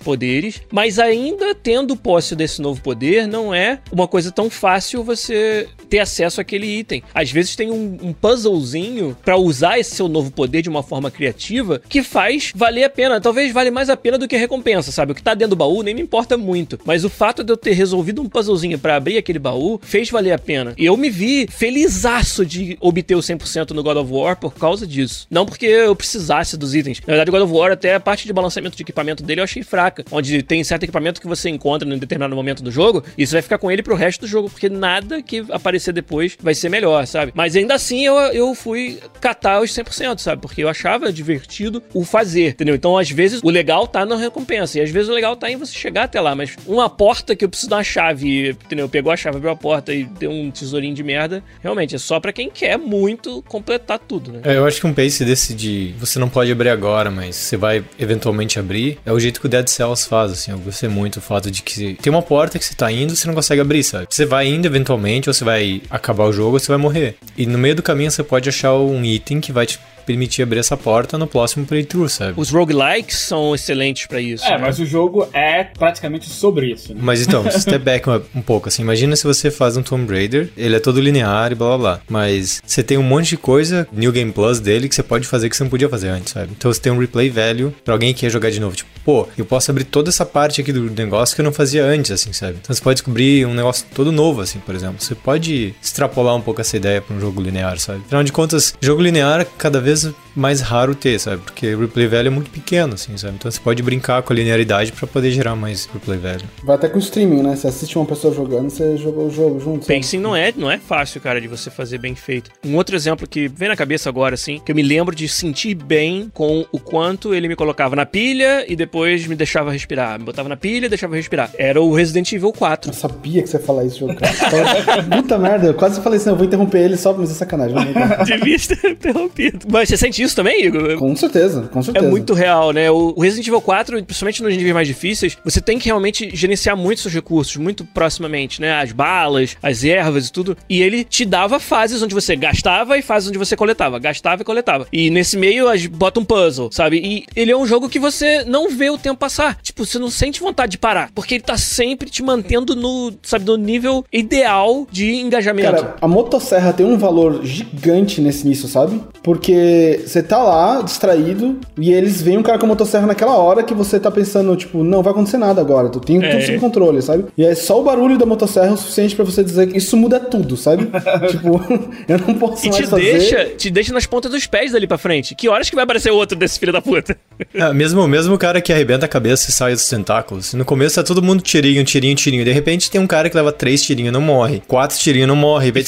poderes, mas ainda tendo posse desse novo poder, não é uma coisa tão fácil você ter acesso àquele item. Às vezes tem um puzzlezinho pra usar esse seu novo poder de uma forma criativa que faz valer a pena. Talvez vale mais a pena do que a recompensa, sabe? O que tá dentro do baú nem me importa muito, mas o fato de eu ter resolvido um puzzlezinho pra abrir aquele baú fez valer a pena. E eu me vi felizaço de obter o 100% no God of War por causa disso. Não porque eu precisasse dos itens. Na verdade, o God of War, até a parte de balanceamento de equipamento dele eu achei fraca. Onde tem certo equipamento que você encontra em determinado momento do jogo e você vai ficar com ele pro resto do jogo, porque nada que aparecer depois vai ser melhor, sabe? Mas ainda assim eu fui catar os 100%, sabe? Porque eu achava divertido o fazer, entendeu? Então, às vezes, o legal tá na recompensa. E às vezes o legal tá em você chegar até lá. Mas uma porta que eu preciso dar uma chave, entendeu? Pegou a chave, abriu a porta e deu um tesourinho de merda. Realmente, é só pra quem quer muito completar tudo, né? Eu acho que um pace desse de você não pode abrir agora, mas você vai eventualmente abrir, é o jeito que o Dead Cells faz, assim. Eu gostei muito do fato de que tem uma porta que você tá indo e você não consegue abrir, sabe? Você vai indo eventualmente, ou você vai acabar o jogo, ou você vai morrer. E no meio do caminho você pode achar um item que vai te permitir abrir essa porta no próximo playthrough, sabe? Os roguelikes são excelentes pra isso. Né? Mas o jogo é praticamente sobre isso, né? Mas então, step back um pouco, assim, imagina se você faz um Tomb Raider, ele é todo linear e blá blá blá, mas você tem um monte de coisa, New Game Plus dele, que você pode fazer que você não podia fazer antes, sabe? Então você tem um replay value pra alguém que quer jogar de novo, tipo, pô, eu posso abrir toda essa parte aqui do negócio que eu não fazia antes, assim, sabe? Então você pode descobrir um negócio todo novo, assim, por exemplo. Você pode extrapolar um pouco essa ideia pra um jogo linear, sabe? Afinal de contas, jogo linear cada vez mais raro ter, sabe? Porque o replay value é muito pequeno, assim, sabe? Então você pode brincar com a linearidade pra poder gerar mais replay value. Vai até com o streaming, né? Você assiste uma pessoa jogando, você jogou o jogo junto. Pacing não é fácil, cara, de você fazer bem feito. Um outro exemplo que vem na cabeça agora, assim, que eu me lembro de sentir bem com o quanto ele me colocava na pilha e depois me deixava respirar. Me botava na pilha e deixava respirar. Era o Resident Evil 4. Eu sabia que você ia falar isso, jogo, cara. Puta merda, eu quase falei assim, eu vou interromper ele só, mas é sacanagem. Devia ter interrompido. Mas você sente isso também, Igor? Com certeza, com certeza. É muito real, né? O Resident Evil 4, principalmente nos níveis mais difíceis, você tem que realmente gerenciar muito seus recursos, muito proximamente, né? As balas, as ervas e tudo. E ele te dava fases onde você gastava e fases onde você coletava. Gastava e coletava. E nesse meio, bota um puzzle, sabe? E ele é um jogo que você não vê o tempo passar. Tipo, você não sente vontade de parar. Porque ele tá sempre te mantendo no nível ideal de engajamento. Cara, a motosserra tem um valor gigante nesse início, sabe? Porque você tá lá, distraído, e eles veem um cara com a motosserra naquela hora que você tá pensando, tipo, não vai acontecer nada agora, tu tem tudo sob controle, sabe? E é só o barulho da motosserra o suficiente pra você dizer que isso muda tudo, sabe? Tipo, eu não posso mais fazer... te deixa nas pontas dos pés dali pra frente. Que horas que vai aparecer outro desse filho da puta? Mesmo o cara que arrebenta a cabeça e sai dos tentáculos. No começo tá todo mundo tirinho. De repente tem um cara que leva 3 tirinhos, não morre. 4 tirinhos, não morre. De repente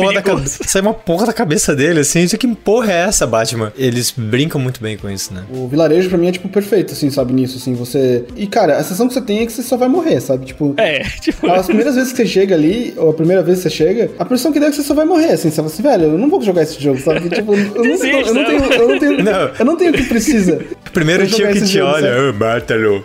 sai uma porra da cabeça dele, assim. Que porra é essa, Batman? Eles brincam muito bem com isso, né? O vilarejo pra mim é, tipo, perfeito, assim, sabe, nisso, assim, você... E, cara, a sensação que você tem é que você só vai morrer, sabe? Tipo... As primeiras vezes que você chega ali, ou a primeira vez que você chega, a impressão que dá é que você só vai morrer, assim, você fala assim, velho, eu não vou jogar esse jogo, sabe? Tipo, eu não tenho o que precisa. Primeiro tio que te olha, Bártalo.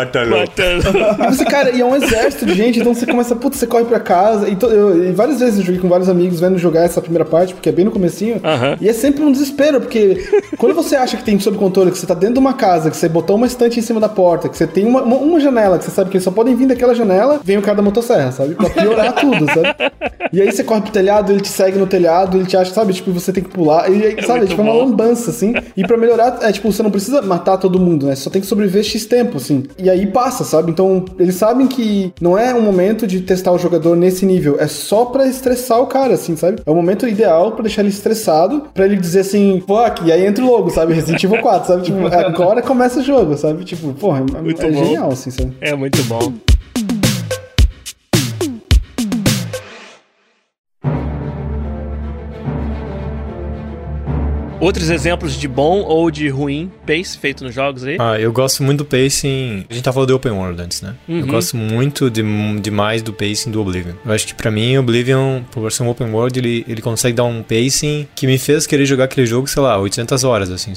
E você, cara, e é um exército de gente, então você começa, putz, você corre pra casa, e várias vezes eu joguei com vários amigos vendo jogar essa primeira parte, porque é bem no comecinho, e é sempre um desespero, porque quando você acha que tem sob controle, que você tá dentro de uma casa, que você botou uma estante em cima da porta, que você tem uma janela, que você sabe que eles só podem vir daquela janela, vem o cara da motosserra, sabe? Pra piorar tudo, sabe? E aí você corre pro telhado, ele te segue no telhado, ele te acha, sabe? Tipo, você tem que pular, e aí, sabe? Tipo, é uma lambança, assim. E pra melhorar, tipo, você não precisa matar todo mundo, né? Você só tem que sobreviver X tempo, assim. E aí passa, sabe? Então, eles sabem que não é um momento de testar o jogador nesse nível, é só pra estressar o cara, assim, sabe? É o momento ideal pra deixar ele estressado, pra ele dizer assim, fuck, e aí entra o logo, sabe? Resident Evil 4, sabe? Tipo, agora começa o jogo, sabe? Tipo, porra, é genial, assim, sabe? É muito bom. Outros exemplos de bom ou de ruim pace feito nos jogos aí? Eu gosto muito do pacing... A gente tava falando do Open World antes, né? Eu gosto muito demais do pacing do Oblivion. Eu acho que pra mim, Oblivion, por ser um Open World, ele consegue dar um pacing que me fez querer jogar aquele jogo, sei lá, 800 horas, assim, sabe?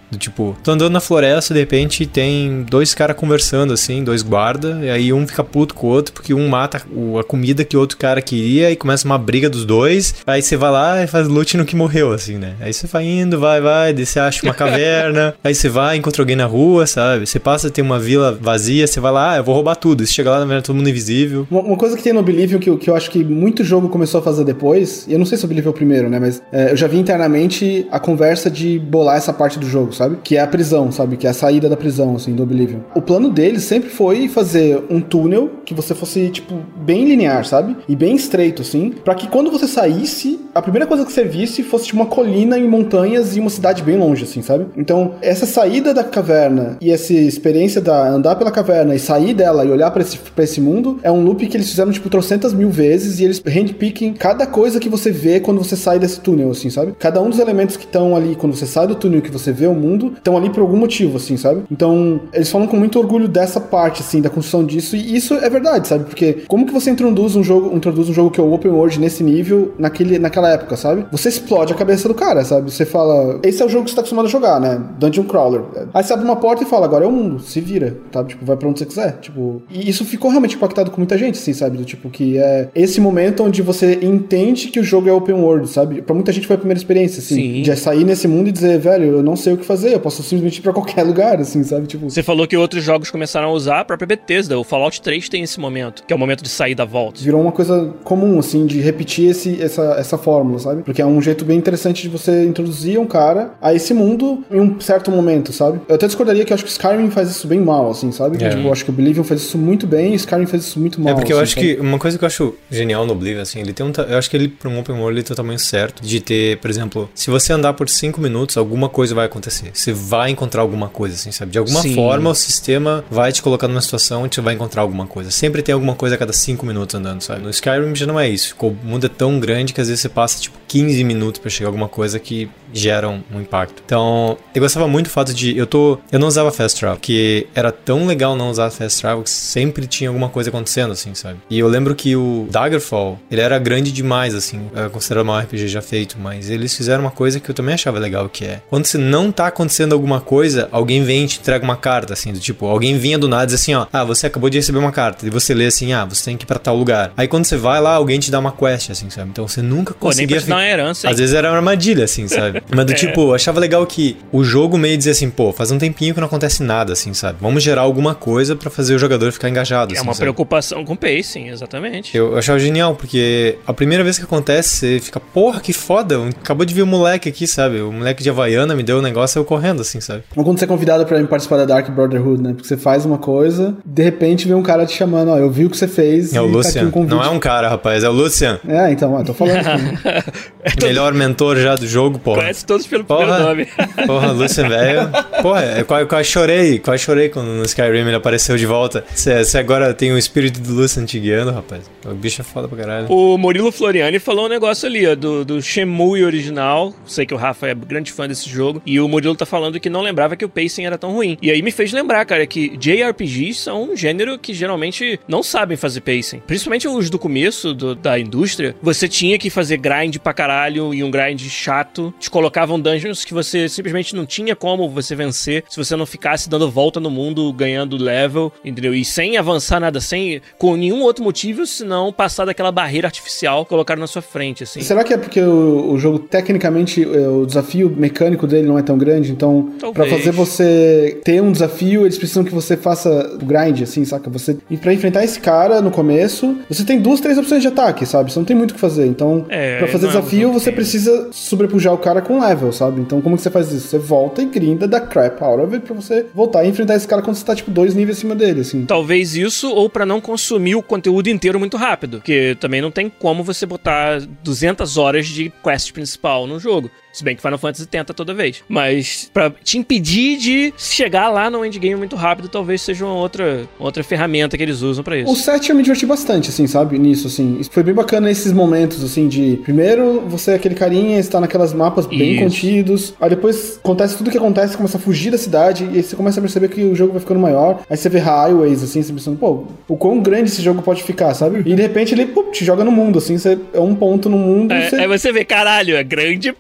Do tipo, tô andando na floresta, de repente tem 2 caras conversando, assim, 2 guardas, e aí um fica puto com o outro, porque um mata a comida que o outro cara queria, e começa uma briga dos dois, aí você vai lá e faz loot no que morreu, assim, né? Aí você vai indo, vai, daí você acha uma caverna, aí você vai, encontra alguém na rua, sabe? Você passa, tem uma vila vazia, você vai lá, eu vou roubar tudo. Você chega lá, na verdade, todo mundo invisível. Uma coisa que tem no Oblivion que eu acho que muito jogo começou a fazer depois, e eu não sei se o Oblivion é o primeiro, né? Mas eu já vi internamente a conversa de bolar essa parte do jogo, sabe? Que é a prisão, sabe? Que é a saída da prisão, assim, do Oblivion. O plano deles sempre foi fazer um túnel que você fosse, tipo, bem linear, sabe? E bem estreito, assim, pra que quando você saísse, a primeira coisa que você visse fosse, tipo, uma colina e montanhas e uma cidade bem longe, assim, sabe? Então, essa saída da caverna e essa experiência da andar pela caverna e sair dela e olhar pra esse mundo é um loop que eles fizeram, tipo, 300 mil vezes, e eles handpicking cada coisa que você vê quando você sai desse túnel, assim, sabe? Cada um dos elementos que estão ali quando você sai do túnel e que você vê o mundo, estão ali por algum motivo, assim, sabe? Então, eles falam com muito orgulho dessa parte, assim, da construção disso, e isso é verdade, sabe? Porque como que você introduz um jogo que é o Open World nesse nível, naquela época, sabe? Você explode a cabeça do cara, sabe? Você fala, esse é o jogo que você tá acostumado a jogar, né? Dungeon Crawler. Aí você abre uma porta e fala, agora é o mundo, se vira, sabe? Tipo, vai pra onde você quiser, tipo... E isso ficou realmente impactado com muita gente, assim, sabe? Do tipo, que é esse momento onde você entende que o jogo é Open World, sabe? Pra muita gente foi a primeira experiência, assim. Sim. De sair nesse mundo e dizer, velho, eu não sei o que fazer, eu posso simplesmente ir pra qualquer lugar, assim, sabe? Tipo... Você falou que outros jogos começaram a usar, a própria Bethesda, o Fallout 3 tem esse momento, que é o momento de sair da volta. Virou uma coisa comum, assim, de repetir essa fórmula, sabe? Porque é um jeito bem interessante de você introduzir um cara a esse mundo em um certo momento, sabe? Eu até discordaria que eu acho que o Skyrim faz isso bem mal, assim, sabe? Tipo, eu acho que o Oblivion faz isso muito bem e o Skyrim faz isso muito mal. É porque assim, eu acho que uma coisa que eu acho genial no Oblivion, assim, ele tem eu acho que ele, pra um Open World, ele tem o tamanho certo de ter, por exemplo, se você andar por 5 minutos, alguma coisa vai acontecer. Você vai encontrar alguma coisa, assim, sabe? De alguma forma, o sistema vai te colocar numa situação onde você vai encontrar alguma coisa. Sempre tem alguma coisa a cada 5 minutos andando, sabe? No Skyrim já não é isso. O mundo é tão grande que às vezes você passa, tipo, 15 minutos pra chegar a alguma coisa que gera um impacto. Então, eu gostava muito do fato de... Eu não usava Fast Travel, porque era tão legal não usar Fast Travel que sempre tinha alguma coisa acontecendo, assim, sabe? E eu lembro que o Daggerfall, ele era grande demais, assim, considerado o maior RPG já feito, mas eles fizeram uma coisa que eu também achava legal, que é, quando você não tá acontecendo alguma coisa, alguém vem e te entrega uma carta, assim, do tipo, alguém vinha do nada e diz assim, ó, você acabou de receber uma carta, e você lê assim, você tem que ir pra tal lugar. Aí quando você vai lá, alguém te dá uma quest, assim, sabe? Então você nunca conseguia... nem pra te dar uma herança, hein? Às vezes era uma armadilha, assim, sabe? Mas do tipo, eu achava legal que o jogo meio dizia assim, faz um tempinho que não acontece nada, assim, sabe? Vamos gerar alguma coisa pra fazer o jogador ficar engajado, assim, uma sabe? preocupação com pacing, exatamente. Eu achava genial, porque a primeira vez que acontece, você fica, porra, que foda, acabou de ver o moleque aqui, sabe? O moleque de Havaiana me deu um negócio, eu correndo, assim, sabe? Ou quando você é convidado pra participar da Dark Brotherhood, né? Porque você faz uma coisa, de repente vem um cara te chamando, eu vi o que você fez. É o Lucian. Tá, não é um cara, rapaz, é o Lucian. Então, eu tô falando aqui. Melhor mentor já do jogo, porra. Conhece todos pelo primeiro nome. Porra, Lucian, velho. Porra, eu quase chorei quando no Skyrim ele apareceu de volta. Você agora tem o espírito do Lucian te guiando, rapaz. O bicho é foda pra caralho. O Murilo Floriani falou um negócio ali, ó, do Shenmue original. Sei que o Rafa é grande fã desse jogo. E o Murilo tá falando que não lembrava que o pacing era tão ruim. E aí me fez lembrar, cara, que JRPGs são um gênero que geralmente não sabem fazer pacing. Principalmente os do começo da indústria. Você tinha que fazer grind pra caralho e um grind chato. Te colocavam dungeons que você simplesmente não tinha como você vencer se você não ficasse dando volta no mundo, ganhando level, entendeu? E sem avançar nada, com nenhum outro motivo, senão passar daquela barreira artificial colocaram na sua frente, assim. Será que é porque o jogo, tecnicamente, o desafio mecânico dele não é tão grande? Então, talvez. Pra fazer você ter um desafio, eles precisam que você faça o grind, assim, saca? E pra enfrentar esse cara no começo, você tem 2, 3 opções de ataque, sabe? Você não tem muito o que fazer. Então, pra fazer desafio, você precisa sobrepujar o cara com level, sabe? Então, como que você faz isso? Você volta e grinda da crap out of it pra você voltar e enfrentar esse cara quando você tá, tipo, 2 níveis acima dele, assim. Talvez isso, ou pra não consumir o conteúdo inteiro muito rápido, porque também não tem como você botar 200 horas de quest principal no jogo. Se bem que Final Fantasy tenta toda vez. Mas pra te impedir de chegar lá no endgame muito rápido, talvez seja uma outra ferramenta que eles usam pra isso. O 7 eu me diverti bastante, assim, sabe? Nisso, assim. Foi bem bacana esses momentos, assim, de... Primeiro, você é aquele carinha, está naquelas mapas bem contidos. Aí depois, acontece tudo o que acontece, você começa a fugir da cidade, e aí você começa a perceber que o jogo vai ficando maior. Aí você vê highways, assim, você pensando, o quão grande esse jogo pode ficar, sabe? E de repente ele, te joga no mundo, assim, você é um ponto no mundo. Aí você vê, caralho, é grande pra caralho.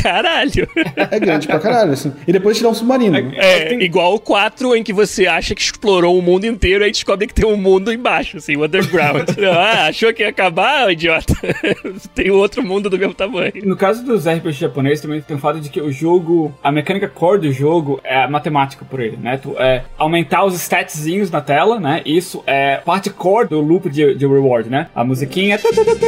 caralho. É grande pra caralho, assim. E depois tirar um submarino. Igual o 4, em que você acha que explorou o mundo inteiro, aí descobre que tem um mundo embaixo, assim, o underground. Achou que ia acabar, idiota? Tem outro mundo do mesmo tamanho. No caso dos RPG japoneses, também tem o fato de que o jogo, a mecânica core do jogo é a matemática por ele, né? Aumentar os statzinhos na tela, né? Isso é parte core do loop de reward, né? A musiquinha...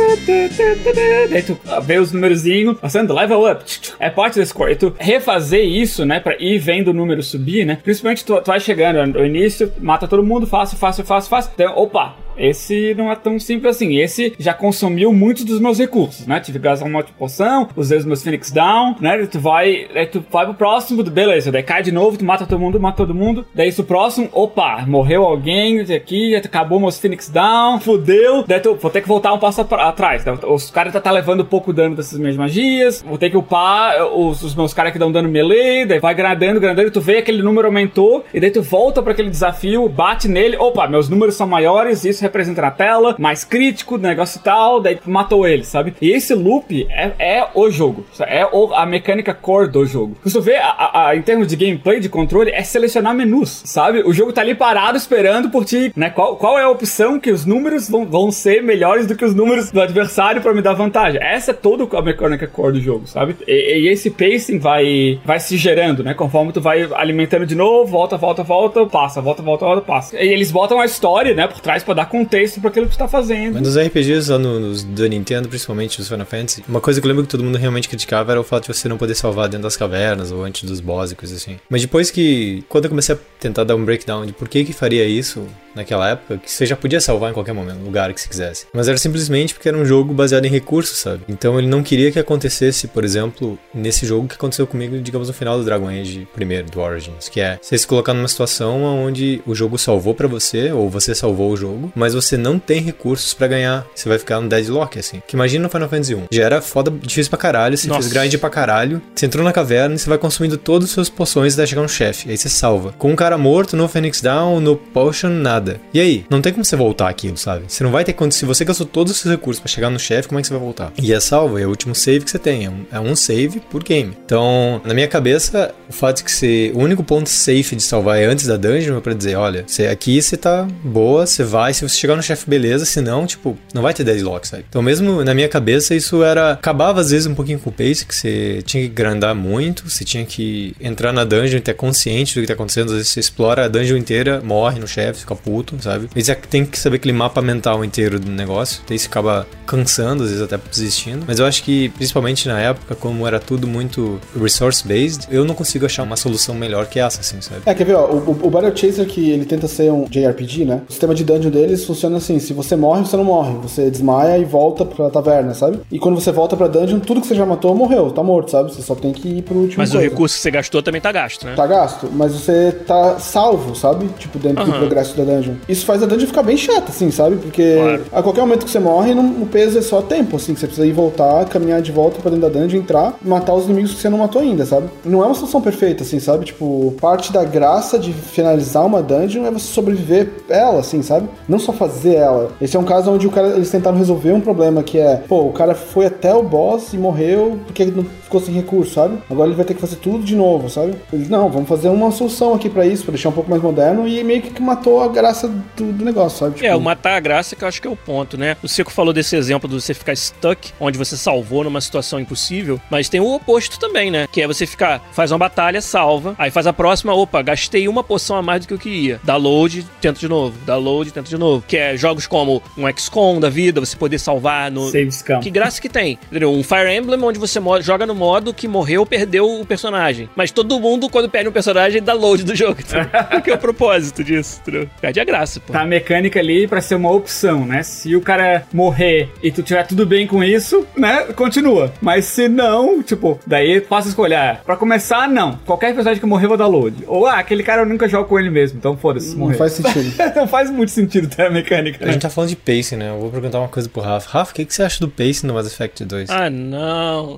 Daí tu vê os numerozinhos passando, level up. É parte desse core. E tu refazer isso, né? Pra ir vendo o número subir, né? Principalmente tu vai chegando no início, mata todo mundo, fácil. Então, opa, esse não é tão simples assim. Esse já consumiu muitos dos meus recursos, né? Tive que gastar uma outra poção, usei os meus Phoenix Down, né? Daí tu vai pro próximo, beleza. Daí cai de novo, tu mata todo mundo. Daí isso próximo, opa, morreu alguém aqui, acabou meus Phoenix Down, fudeu. Daí tu vou ter que voltar um passo atrás. Os caras tá levando pouco dano dessas minhas magias. Vou ter que upar os meus caras que dão dano melee. Daí vai gradando, e tu vê aquele número aumentou. E daí tu volta pra aquele desafio, bate nele. Opa, meus números são maiores, isso representa na tela, mais crítico, negócio e tal. Daí tu matou ele, sabe? E esse loop é o jogo. É a mecânica core do jogo. Se tu vê, em termos de gameplay, de controle, é selecionar menus, sabe? O jogo tá ali parado esperando por ti, né? Qual é a opção que os números vão ser melhores do que os números do adversário pra me dar vantagem? Essa é toda a mecânica core do jogo, sabe? E esse pacing vai se gerando, né? Conforme tu vai alimentando de novo, volta, passa, passa. E eles botam a história, né, por trás pra dar contexto pra aquilo que tu tá fazendo. Mas nos RPGs lá nos da Nintendo, principalmente os Final Fantasy, uma coisa que eu lembro que todo mundo realmente criticava era o fato de você não poder salvar dentro das cavernas ou antes dos boss e coisas assim. Mas depois quando eu comecei a tentar dar um breakdown de por que faria isso naquela época, que você já podia salvar em qualquer momento, no lugar que você quisesse. Mas era simplesmente porque era um jogo baseado em recursos, sabe? Então ele não queria que acontecesse, por exemplo, nesse jogo que aconteceu comigo, digamos, no final do Dragon Age primeiro, do Origins, que é você se colocar numa situação onde o jogo salvou pra você, ou você salvou o jogo, mas você não tem recursos pra ganhar. Você vai ficar no deadlock, assim. Que imagina no Final Fantasy 1. Já era foda, difícil pra caralho, você fez grind pra caralho, você entrou na caverna e você vai consumindo todas as suas poções até chegar no chefe. Aí você salva. Com um cara morto, no Phoenix Down, no Potion, nada. E aí? Não tem como você voltar aquilo, sabe? Você não vai ter quando. Se você gastou todos os seus recursos pra chegar no chefe, como é que você vai voltar? E é salvo, é o último save que você tem. É um save por game. Então, na minha cabeça, o fato de que o único ponto safe de salvar é antes da dungeon é pra dizer, olha, aqui você tá boa, você vai, se você chegar no chefe, beleza, senão, tipo, não vai ter deadlock, sabe? Então, mesmo na minha cabeça, isso acabava às vezes um pouquinho com o pace, que você tinha que grindar muito, você tinha que entrar na dungeon e ter consciente do que tá acontecendo. Às vezes você explora a dungeon inteira, morre no chefe, fica puto, sabe? E você tem que saber aquele mapa mental inteiro do negócio, daí você acaba cansando, às vezes até desistindo. Mas eu acho que, principalmente na época, como era tudo muito resource-based, eu não consigo achar uma solução melhor que essa, assim, sabe? Quer ver, ó, o Battle Chaser, que ele tenta ser um JRPG, né? O sistema de dungeon deles funciona assim, se você morre, você não morre, você desmaia e volta pra taverna, sabe? E quando você volta pra dungeon, tudo que você já matou, morreu, tá morto, sabe? Você só tem que ir pro último Mas coisa. O recurso que você gastou também tá gasto, né? Tá gasto, mas você tá salvo, sabe? Tipo, dentro do progresso da dungeon. Isso faz a dungeon ficar bem chata, assim, sabe? Porque a qualquer momento que você morre, o peso é só tempo, assim, que você precisa ir voltar, caminhar de volta pra dentro da dungeon, entrar, matar os inimigos que você não matou ainda, sabe? Não é uma solução perfeita, assim, sabe? Tipo, parte da graça de finalizar uma dungeon é você sobreviver ela, assim, sabe? Não só fazer ela. Esse é um caso onde eles tentaram resolver um problema que é, o cara foi até o boss e morreu porque ele não ficou sem recurso, sabe? Agora ele vai ter que fazer tudo de novo, sabe? Eles, não, vamos fazer uma solução aqui pra isso, pra deixar um pouco mais moderno, e meio que matou a graça do negócio, sabe? Tipo, o matar a graça que eu acho que é o ponto, né? O Seco falou desse exemplo de você ficar stuck, onde você salvou numa situação impossível, mas tem o oposto também, né? Que é você faz uma batalha, salva, aí faz a próxima, gastei uma poção a mais do que eu queria. Dá load, tenta de novo. Dá load, tenta de novo. Que é jogos como um XCOM da vida, você poder salvar no... Save scam. Que graça que tem. Entendeu? Um Fire Emblem, onde você joga no modo que morreu, perdeu o personagem. Mas todo mundo, quando perde um personagem, dá load do jogo. Qual que é o propósito disso? Entendeu? Perde a graça, pô. Tá a mecânica ali pra ser uma opção, né? Se o cara morrer e tu tiver tudo bem com isso, né? Continua. Mas se não, tipo, daí faça escolher. Pra começar, não. Qualquer personagem que morrer, eu vou dar load. Ou, aquele cara eu nunca jogo com ele mesmo. Então, foda-se, morrer. Não faz sentido. Não faz muito sentido ter a mecânica. A gente tá falando de pacing, né? Eu vou perguntar uma coisa pro Rafa. Rafa, o que você acha do pacing no Mass Effect 2? Ah, não.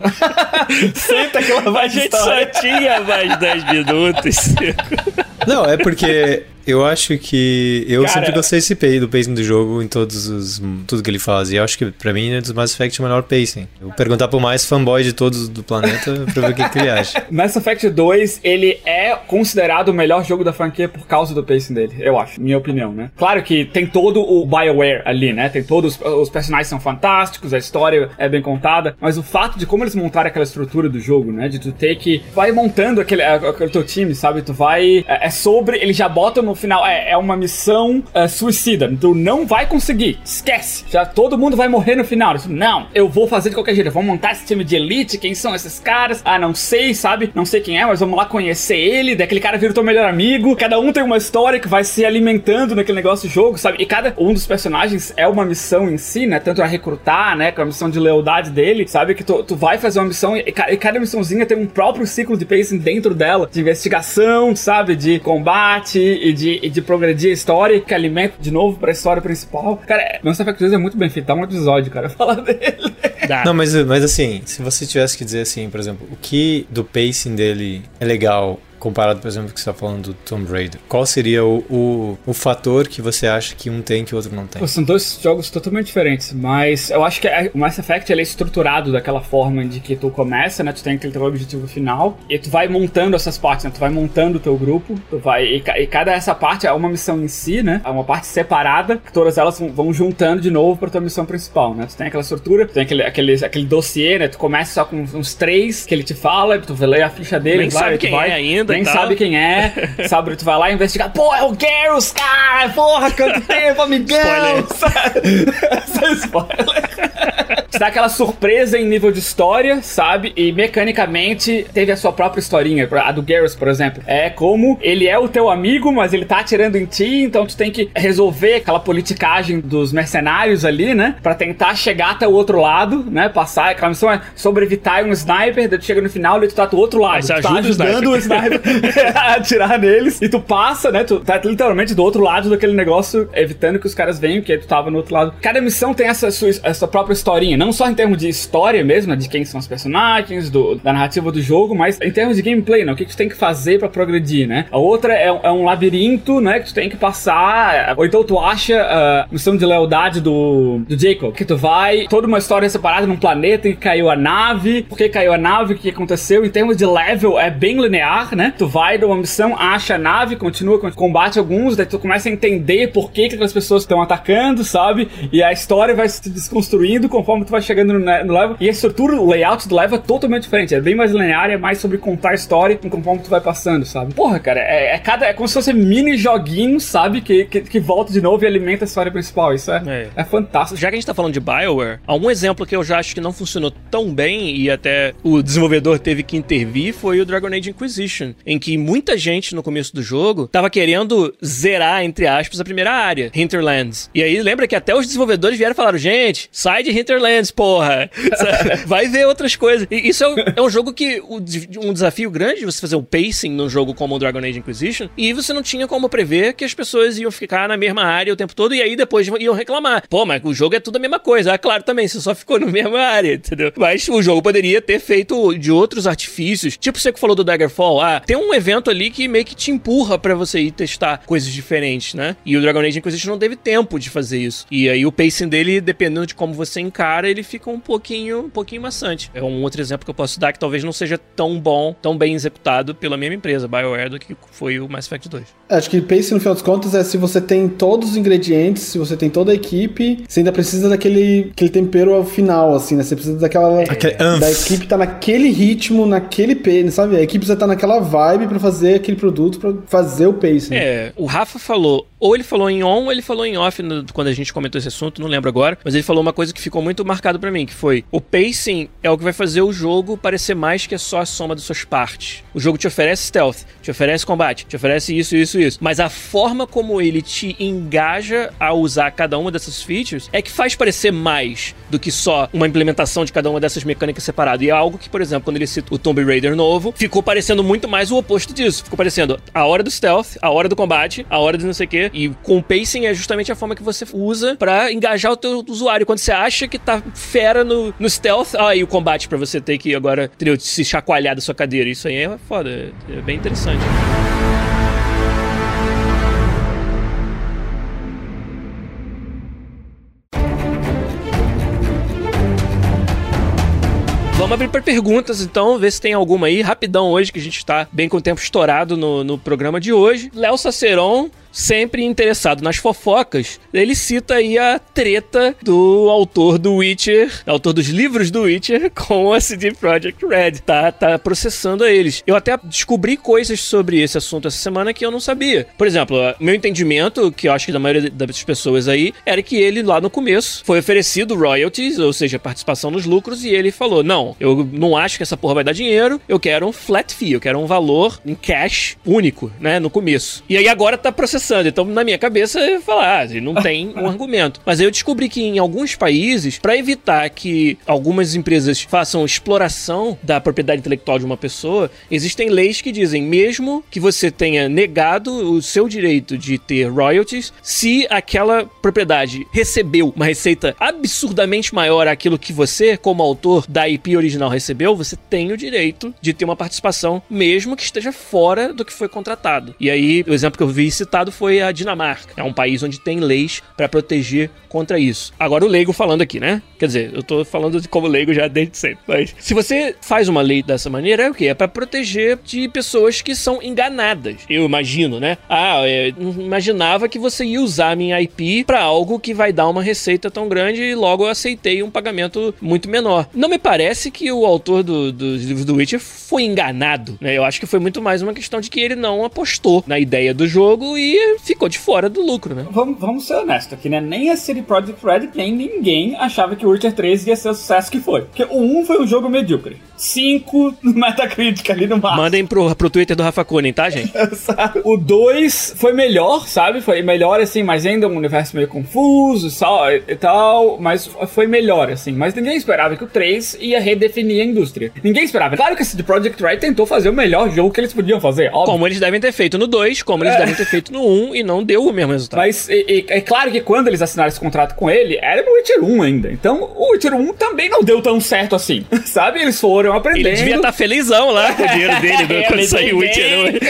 Senta que ela vai. A gente só tinha mais 10 minutos. Não, é porque Eu acho que... Eu sempre gostei do pacing do jogo em tudo que ele faz. E eu acho que, pra mim, dos Mass Effect é o melhor pacing. Eu vou perguntar pro mais fanboy de todos do planeta pra ver o que ele acha. Mass Effect 2, ele é considerado o melhor jogo da franquia por causa do pacing dele, eu acho. Minha opinião, né? Claro que tem todo o BioWare ali, né? Tem todos os personagens são fantásticos, a história é bem contada, mas o fato de como eles montaram aquela estrutura do jogo, né? De tu ter que... Vai montando aquele teu time, sabe? Tu vai... Ele já bota no final, é uma missão suicida. Tu não vai conseguir. Esquece. Já todo mundo vai morrer no final. Não, eu vou fazer de qualquer jeito. Eu vou montar esse time de elite. Quem são esses caras? Ah, não sei, sabe? Não sei quem é, mas vamos lá conhecer ele. Daquele cara vira o teu melhor amigo. Cada um tem uma história que vai se alimentando naquele negócio de jogo, sabe? E cada um dos personagens é uma missão em si, né? Tanto a recrutar, né? Com a missão de lealdade dele, sabe? Que tu vai fazer uma missão e cada missãozinha tem um próprio ciclo de pacing dentro dela. De investigação, sabe? De combate e de progredir a história, que alimenta de novo pra história principal. Cara, Mass Effect 2 é muito bem feito. Dá um episódio, cara, falar dele. Não, mas assim, se você tivesse que dizer assim, por exemplo, o que do pacing dele é legal comparado, por exemplo, com o que você tá falando do Tomb Raider, qual seria o fator que você acha que um tem que o outro não tem? São dois jogos totalmente diferentes, mas eu acho que o Mass Effect ele é estruturado daquela forma de que tu começa, né, tu tem aquele teu objetivo final, e tu vai montando essas partes, né, tu vai montando o teu grupo, e cada essa parte é uma missão em si, né, é uma parte separada, que todas elas vão juntando de novo pra tua missão principal, né, tu tem aquela estrutura, tu tem aquele dossiê, né, tu começa só com uns 3 que ele te fala, tu vai ler a ficha dele, nem sabe quem é ainda. Nem sabe quem é, sabe? Tu vai lá investigar, pô, é o Garrus, cara! Porra, quanto tempo, amigão! Spoiler. Te dá aquela surpresa em nível de história, sabe? E mecanicamente teve a sua própria historinha. A do Garrus, por exemplo. É como ele é o teu amigo, mas ele tá atirando em ti, então tu tem que resolver aquela politicagem dos mercenários ali, né? Pra tentar chegar até o outro lado, né? Passar, aquela missão é sobre evitar um sniper, daí tu chega no final e tu tá do outro lado. Tu tá ajudando o sniper a atirar neles, e tu passa, né? Tu tá literalmente do outro lado daquele negócio, evitando que os caras venham, que aí tu tava no outro lado. Cada missão tem essa própria historinha, não só em termos de história mesmo, de quem são os personagens, da narrativa do jogo, mas em termos de gameplay, né? O que tu tem que fazer pra progredir, né? A outra é um labirinto, né? Que tu tem que passar, ou então tu acha a missão de lealdade do Jacob, que tu vai, toda uma história separada num planeta em que caiu a nave, por que caiu a nave, o que aconteceu. Em termos de level, é bem linear, né? Tu vai de uma missão, acha a nave, continua, combate alguns, daí tu começa a entender por que aquelas pessoas estão atacando, sabe? E a história vai se desconstruindo conforme tu vai chegando no level. E a estrutura, o layout do level é totalmente diferente. É bem mais linear, é mais sobre contar a história conforme tu vai passando, sabe? Porra, cara, é como se fosse mini joguinho, sabe? Que volta de novo e alimenta a história principal. Isso é fantástico. Já que a gente tá falando de BioWare, há um exemplo que eu já acho que não funcionou tão bem e até o desenvolvedor teve que intervir foi o Dragon Age Inquisition, em que muita gente no começo do jogo tava querendo zerar, entre aspas, a primeira área, Hinterlands. E aí lembra que até os desenvolvedores vieram e falaram, gente, sai de Hinterlands, porra. Vai ver outras coisas. E isso é um jogo que um desafio grande de você fazer um pacing num jogo como o Dragon Age Inquisition, e você não tinha como prever que as pessoas iam ficar na mesma área o tempo todo, e aí depois iam reclamar. Pô, mas o jogo é tudo a mesma coisa. Ah, claro, também, você só ficou na mesma área, entendeu? Mas o jogo poderia ter feito de outros artifícios. Tipo você que falou do Daggerfall, tem um evento ali que meio que te empurra pra você ir testar coisas diferentes, né? E o Dragon Age Inquisition não teve tempo de fazer isso. E aí o pacing dele, dependendo de como você encara, ele fica um pouquinho maçante. É um outro exemplo que eu posso dar que talvez não seja tão bom, tão bem executado pela mesma empresa, BioWare, do que foi o Mass Effect 2. Acho que pacing, no final das contas, é se você tem todos os ingredientes, se você tem toda a equipe, você ainda precisa daquele tempero ao final, assim, né? Você precisa da equipe tá naquele ritmo, naquele pacing, sabe? A equipe precisa estar naquela vibe pra fazer aquele produto, pra fazer o pacing. O Rafa falou, ou ele falou em on, ou ele falou em off quando a gente comentou esse assunto, não lembro agora, mas ele falou uma coisa que ficou muito marcado pra mim, que foi, o pacing é o que vai fazer o jogo parecer mais que só a soma das suas partes. O jogo te oferece stealth, te oferece combate, te oferece isso, mas a forma como ele te engaja a usar cada uma dessas features é que faz parecer mais do que só uma implementação de cada uma dessas mecânicas separado. E é algo que, por exemplo, quando ele cita o Tomb Raider novo, ficou parecendo muito mais o oposto disso. Ficou parecendo a hora do stealth, a hora do combate, a hora de não sei o quê. E com o pacing é justamente a forma que você usa pra engajar o teu usuário. Quando você acha que tá fera no stealth, aí o combate pra você ter que agora, entendeu, se chacoalhar da sua cadeira. Isso aí é foda, é bem interessante. Vamos abrir para perguntas, então, ver se tem alguma aí, rapidão hoje, que a gente tá bem com o tempo estourado no programa de hoje. Léo Saceron, sempre interessado nas fofocas, ele cita aí a treta do autor do Witcher, autor dos livros do Witcher, com a CD Projekt Red. Tá processando a eles. Eu até descobri coisas sobre esse assunto essa semana que eu não sabia. Por exemplo, meu entendimento, que eu acho que da maioria das pessoas aí, era que ele lá no começo foi oferecido royalties, ou seja, participação nos lucros, e ele falou, não, eu não acho que essa porra vai dar dinheiro, eu quero um flat fee, eu quero um valor em cash único, né, no começo. E aí agora tá processando. Então, na minha cabeça, eu ia falar, não tem um argumento. Mas aí eu descobri que em alguns países, para evitar que algumas empresas façam exploração da propriedade intelectual de uma pessoa, existem leis que dizem, mesmo que você tenha negado o seu direito de ter royalties, se aquela propriedade recebeu uma receita absurdamente maior àquilo que você, como autor da IP original, recebeu, você tem o direito de ter uma participação, mesmo que esteja fora do que foi contratado. E aí, o exemplo que eu vi citado foi a Dinamarca. É um país onde tem leis para proteger contra isso. Agora o leigo falando aqui, né? Quer dizer, eu tô falando de como leigo já desde sempre. Mas se você faz uma lei dessa maneira, é o quê? É para proteger de pessoas que são enganadas. Eu imagino, né? Eu imaginava que você ia usar a minha IP para algo que vai dar uma receita tão grande e logo eu aceitei um pagamento muito menor. Não me parece que o autor dos livros do Witcher foi enganado, né? Eu acho que foi muito mais uma questão de que ele não apostou na ideia do jogo e ficou de fora do lucro, né? Vamos ser honestos aqui, né? Nem a CD Projekt Red, nem ninguém achava que o Witcher 3 ia ser o sucesso que foi. Porque o 1 foi um jogo medíocre. 5 no Metacritic ali no máximo. Mandem pro Twitter do Rafa Kunen, tá, gente? O 2 foi melhor, sabe? Foi melhor, assim, mas ainda um universo meio confuso e tal, mas foi melhor, assim. Mas ninguém esperava que o 3 ia redefinir a indústria. Ninguém esperava. Claro que a CD Projekt Red tentou fazer o melhor jogo que eles podiam fazer, óbvio. Como eles devem ter feito no 2, como eles devem ter feito no 1, e não deu o mesmo resultado. Mas é claro que quando eles assinaram esse contrato com ele, era no Witcher 1 ainda. Então, o Witcher 1 também não deu tão certo assim, sabe? Eles foram aprendendo. Ele devia estar felizão lá com o dinheiro dele quando saiu o Witcher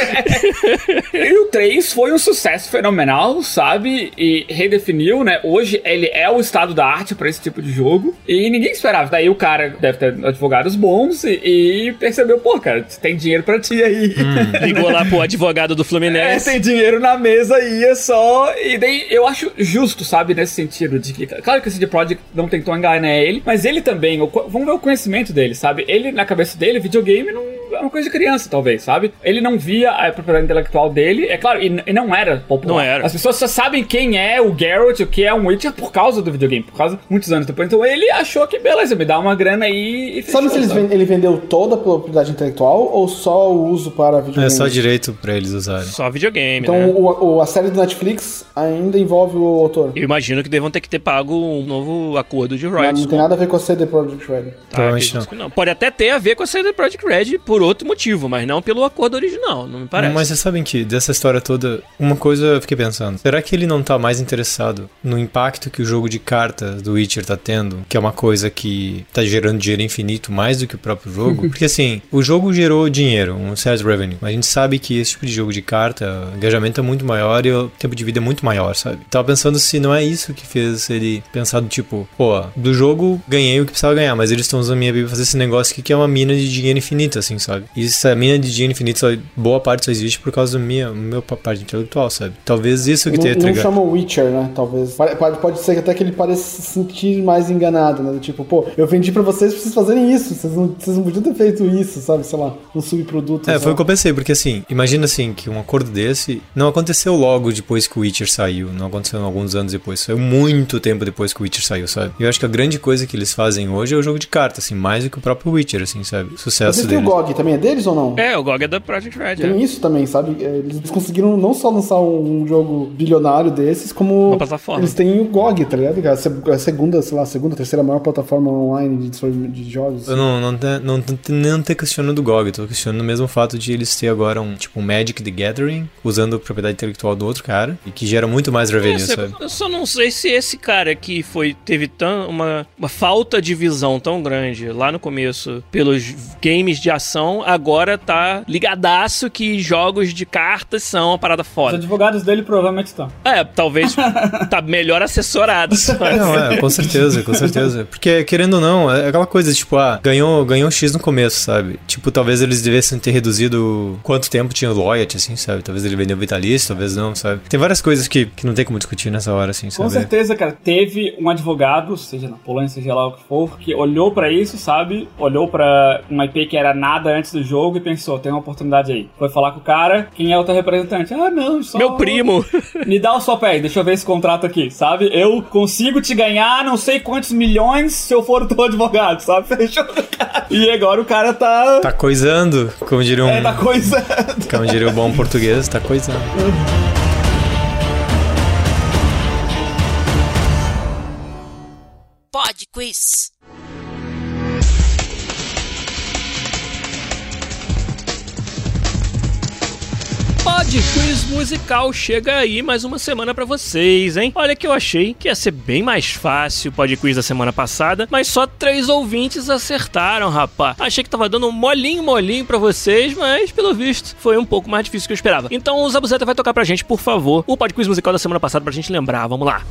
1. E o 3 foi um sucesso fenomenal, sabe? E redefiniu, né? Hoje ele é o estado da arte pra esse tipo de jogo. E ninguém esperava. Daí o cara deve ter advogados bons e percebeu, pô, cara, tem dinheiro pra ti aí. Ligou lá pro advogado do Fluminense. Tem dinheiro na mesa e é só... E daí eu acho justo, sabe? Nesse sentido de que... Claro que o CD Projekt não tentou enganar ele, mas ele também... Vamos ver o conhecimento dele, sabe? Ele, na cabeça dele, videogame não é uma coisa de criança, talvez, sabe? Ele não via a propriedade intelectual dele, é claro, e não era popular. Não era. As pessoas só sabem quem é o Geralt, o que é um Witcher por causa do videogame, por causa muitos anos depois. Então ele achou que, beleza, me dá uma grana aí e fechou. Sabe se ele vendeu toda a propriedade intelectual ou só o uso para videogame? É só direito pra eles usarem. Só videogame, então, né? A série do Netflix ainda envolve o autor. Eu imagino que devam ter que ter pago um novo acordo de royalties. Não tem nada a ver com a CD Projekt Red. Provavelmente não. Pode até ter a ver com a CD Projekt Red por outro motivo, mas não pelo acordo original, não me parece. Mas vocês sabem que dessa história toda, uma coisa eu fiquei pensando, será que ele não tá mais interessado no impacto que o jogo de cartas do Witcher tá tendo, que é uma coisa que tá gerando dinheiro infinito mais do que o próprio jogo? Porque assim, o jogo gerou dinheiro, um sales revenue, mas a gente sabe que esse tipo de jogo de carta, o engajamento é muito maior e o tempo de vida é muito maior, sabe? Tava pensando se não é isso que fez ele pensar do tipo, pô, do jogo ganhei o que precisava ganhar, mas eles estão usando a minha Bíblia pra fazer esse negócio aqui que é uma mina de dinheiro infinito, assim, sabe? E essa mina de dinheiro infinito, boa parte só existe por causa do meu parte intelectual, sabe? Talvez isso que tenha trigado. Não chama Witcher, né? Talvez. Pode ser até que ele pareça se sentir mais enganado, né? Tipo, pô, eu vendi pra vocês fazerem isso, vocês não podiam ter feito isso, sabe? Sei lá, um subproduto. Foi o que eu pensei, porque assim, imagina assim, que um acordo desse não aconteceu logo depois que o Witcher saiu, não aconteceu alguns anos depois, saiu muito tempo depois que o Witcher saiu, sabe? E eu acho que a grande coisa que eles fazem hoje é o jogo de cartas, assim, mais do que o próprio Witcher, assim, sabe? O sucesso deles. Mas o GOG também é deles ou não? O GOG é da Projekt Red. Tem isso também, sabe? Eles conseguiram não só lançar um jogo bilionário desses, como uma plataforma. Eles têm o GOG, tá ligado? A segunda, terceira maior plataforma online de jogos. Eu não tô questionando o GOG, eu tô questionando o mesmo fato de eles ter agora um Magic the Gathering, usando a propriedade intelectual do outro cara, e que gera muito mais revenue, sabe? Eu só não sei se esse cara que teve uma falta de visão tão grande lá no começo pelos games de ação então agora tá ligadaço que jogos de cartas são uma parada Os foda. advogados dele provavelmente estão. Talvez tá melhor assessorados. Não, com certeza, com certeza. Porque, querendo ou não, é aquela coisa, tipo, ganhou um X no começo, sabe? Tipo, talvez eles devessem ter reduzido quanto tempo tinha o loyalty, assim, sabe? Talvez ele vendeu vitalício, talvez não, sabe? Tem várias coisas que não tem como discutir nessa hora, assim, sabe? Com certeza, cara. Teve um advogado, seja na Polônia, seja lá o que for, que olhou pra isso, sabe? Olhou pra uma IP que era nada antes do jogo e pensou, tem uma oportunidade aí. Foi falar com o cara, quem é o teu representante? Ah, não, só... Meu primo. Me dá o seu pé aí, deixa eu ver esse contrato aqui, sabe? Eu consigo te ganhar não sei quantos milhões se eu for o teu advogado, sabe? Fechou, cara. E agora o cara tá... Tá coisando, como diria um... tá coisando. Como diria o bom português, tá coisando. Pod Quiz. Pod Quiz musical chega aí mais uma semana pra vocês, hein? Olha que eu achei que ia ser bem mais fácil o Pod Quiz da semana passada, mas só 3 ouvintes acertaram, rapá. Achei que tava dando um molinho pra vocês, mas pelo visto foi um pouco mais difícil que eu esperava. Então o Zabuzeta vai tocar pra gente, por favor, o Pod Quiz musical da semana passada pra gente lembrar. Vamos lá.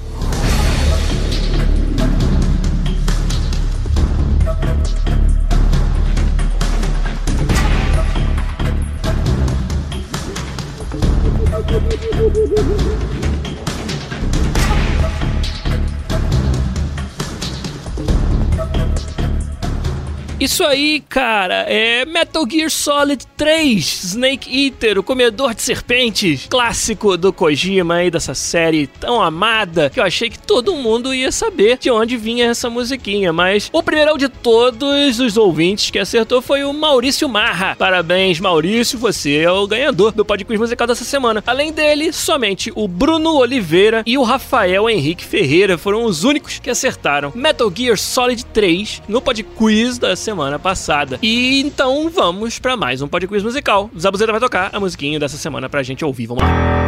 Isso aí, cara, é Metal Gear Solid 3, Snake Eater, o comedor de serpentes, clássico do Kojima aí, dessa série tão amada, que eu achei que todo mundo ia saber de onde vinha essa musiquinha, mas o primeiro de todos os ouvintes que acertou foi o Maurício Marra. Parabéns, Maurício, você é o ganhador do Pod Quiz musical dessa semana. Além dele, somente o Bruno Oliveira e o Rafael Henrique Ferreira foram os únicos que acertaram Metal Gear Solid 3 no Pod Quiz da semana passada. E então vamos pra mais um Pod Quiz musical. O Zabuzeta vai tocar a musiquinha dessa semana pra gente ouvir. Vamos lá.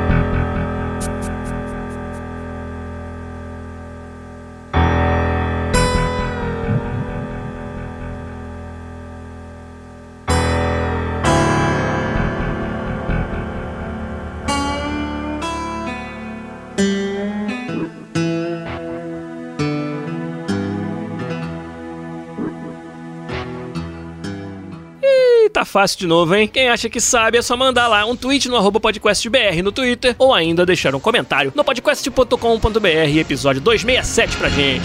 Tá fácil de novo, hein? Quem acha que sabe é só mandar lá um tweet no @podcastbr no Twitter ou ainda deixar um comentário no podcast.com.br episódio 267 pra gente.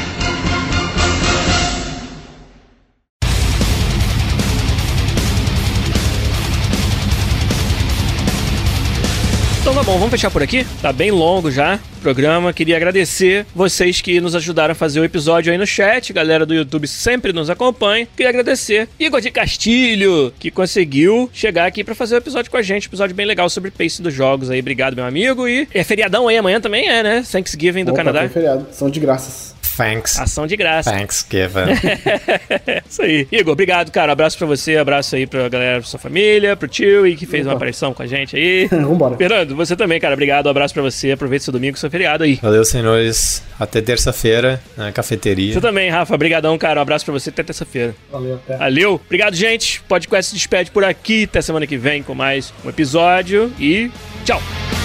Então tá bom, vamos fechar por aqui? Tá bem longo já o programa. Queria agradecer vocês que nos ajudaram a fazer o episódio aí no chat. Galera do YouTube sempre nos acompanha. Queria agradecer Igor de Castilho, que conseguiu chegar aqui pra fazer o episódio com a gente. Episódio bem legal sobre o pace dos jogos aí. Obrigado, meu amigo. E é feriadão aí, amanhã também é, né? Thanksgiving do Canadá. É feriado, são de graças. Thanks. Ação de graça. Thanksgiving. Isso aí. Igor, obrigado, cara. Abraço pra você, abraço aí pra galera da sua família, pro tio e que fez uma aparição com a gente aí. Vambora. Fernando, você também, cara. Obrigado, abraço pra você. Aproveite seu domingo, seu feriado aí. Valeu, senhores. Até terça-feira na cafeteria. Você também, Rafa. Obrigadão, cara. Um abraço pra você até terça-feira. Valeu, até. Valeu. Obrigado, gente. Podcast se despede por aqui. Até semana que vem com mais um episódio e tchau.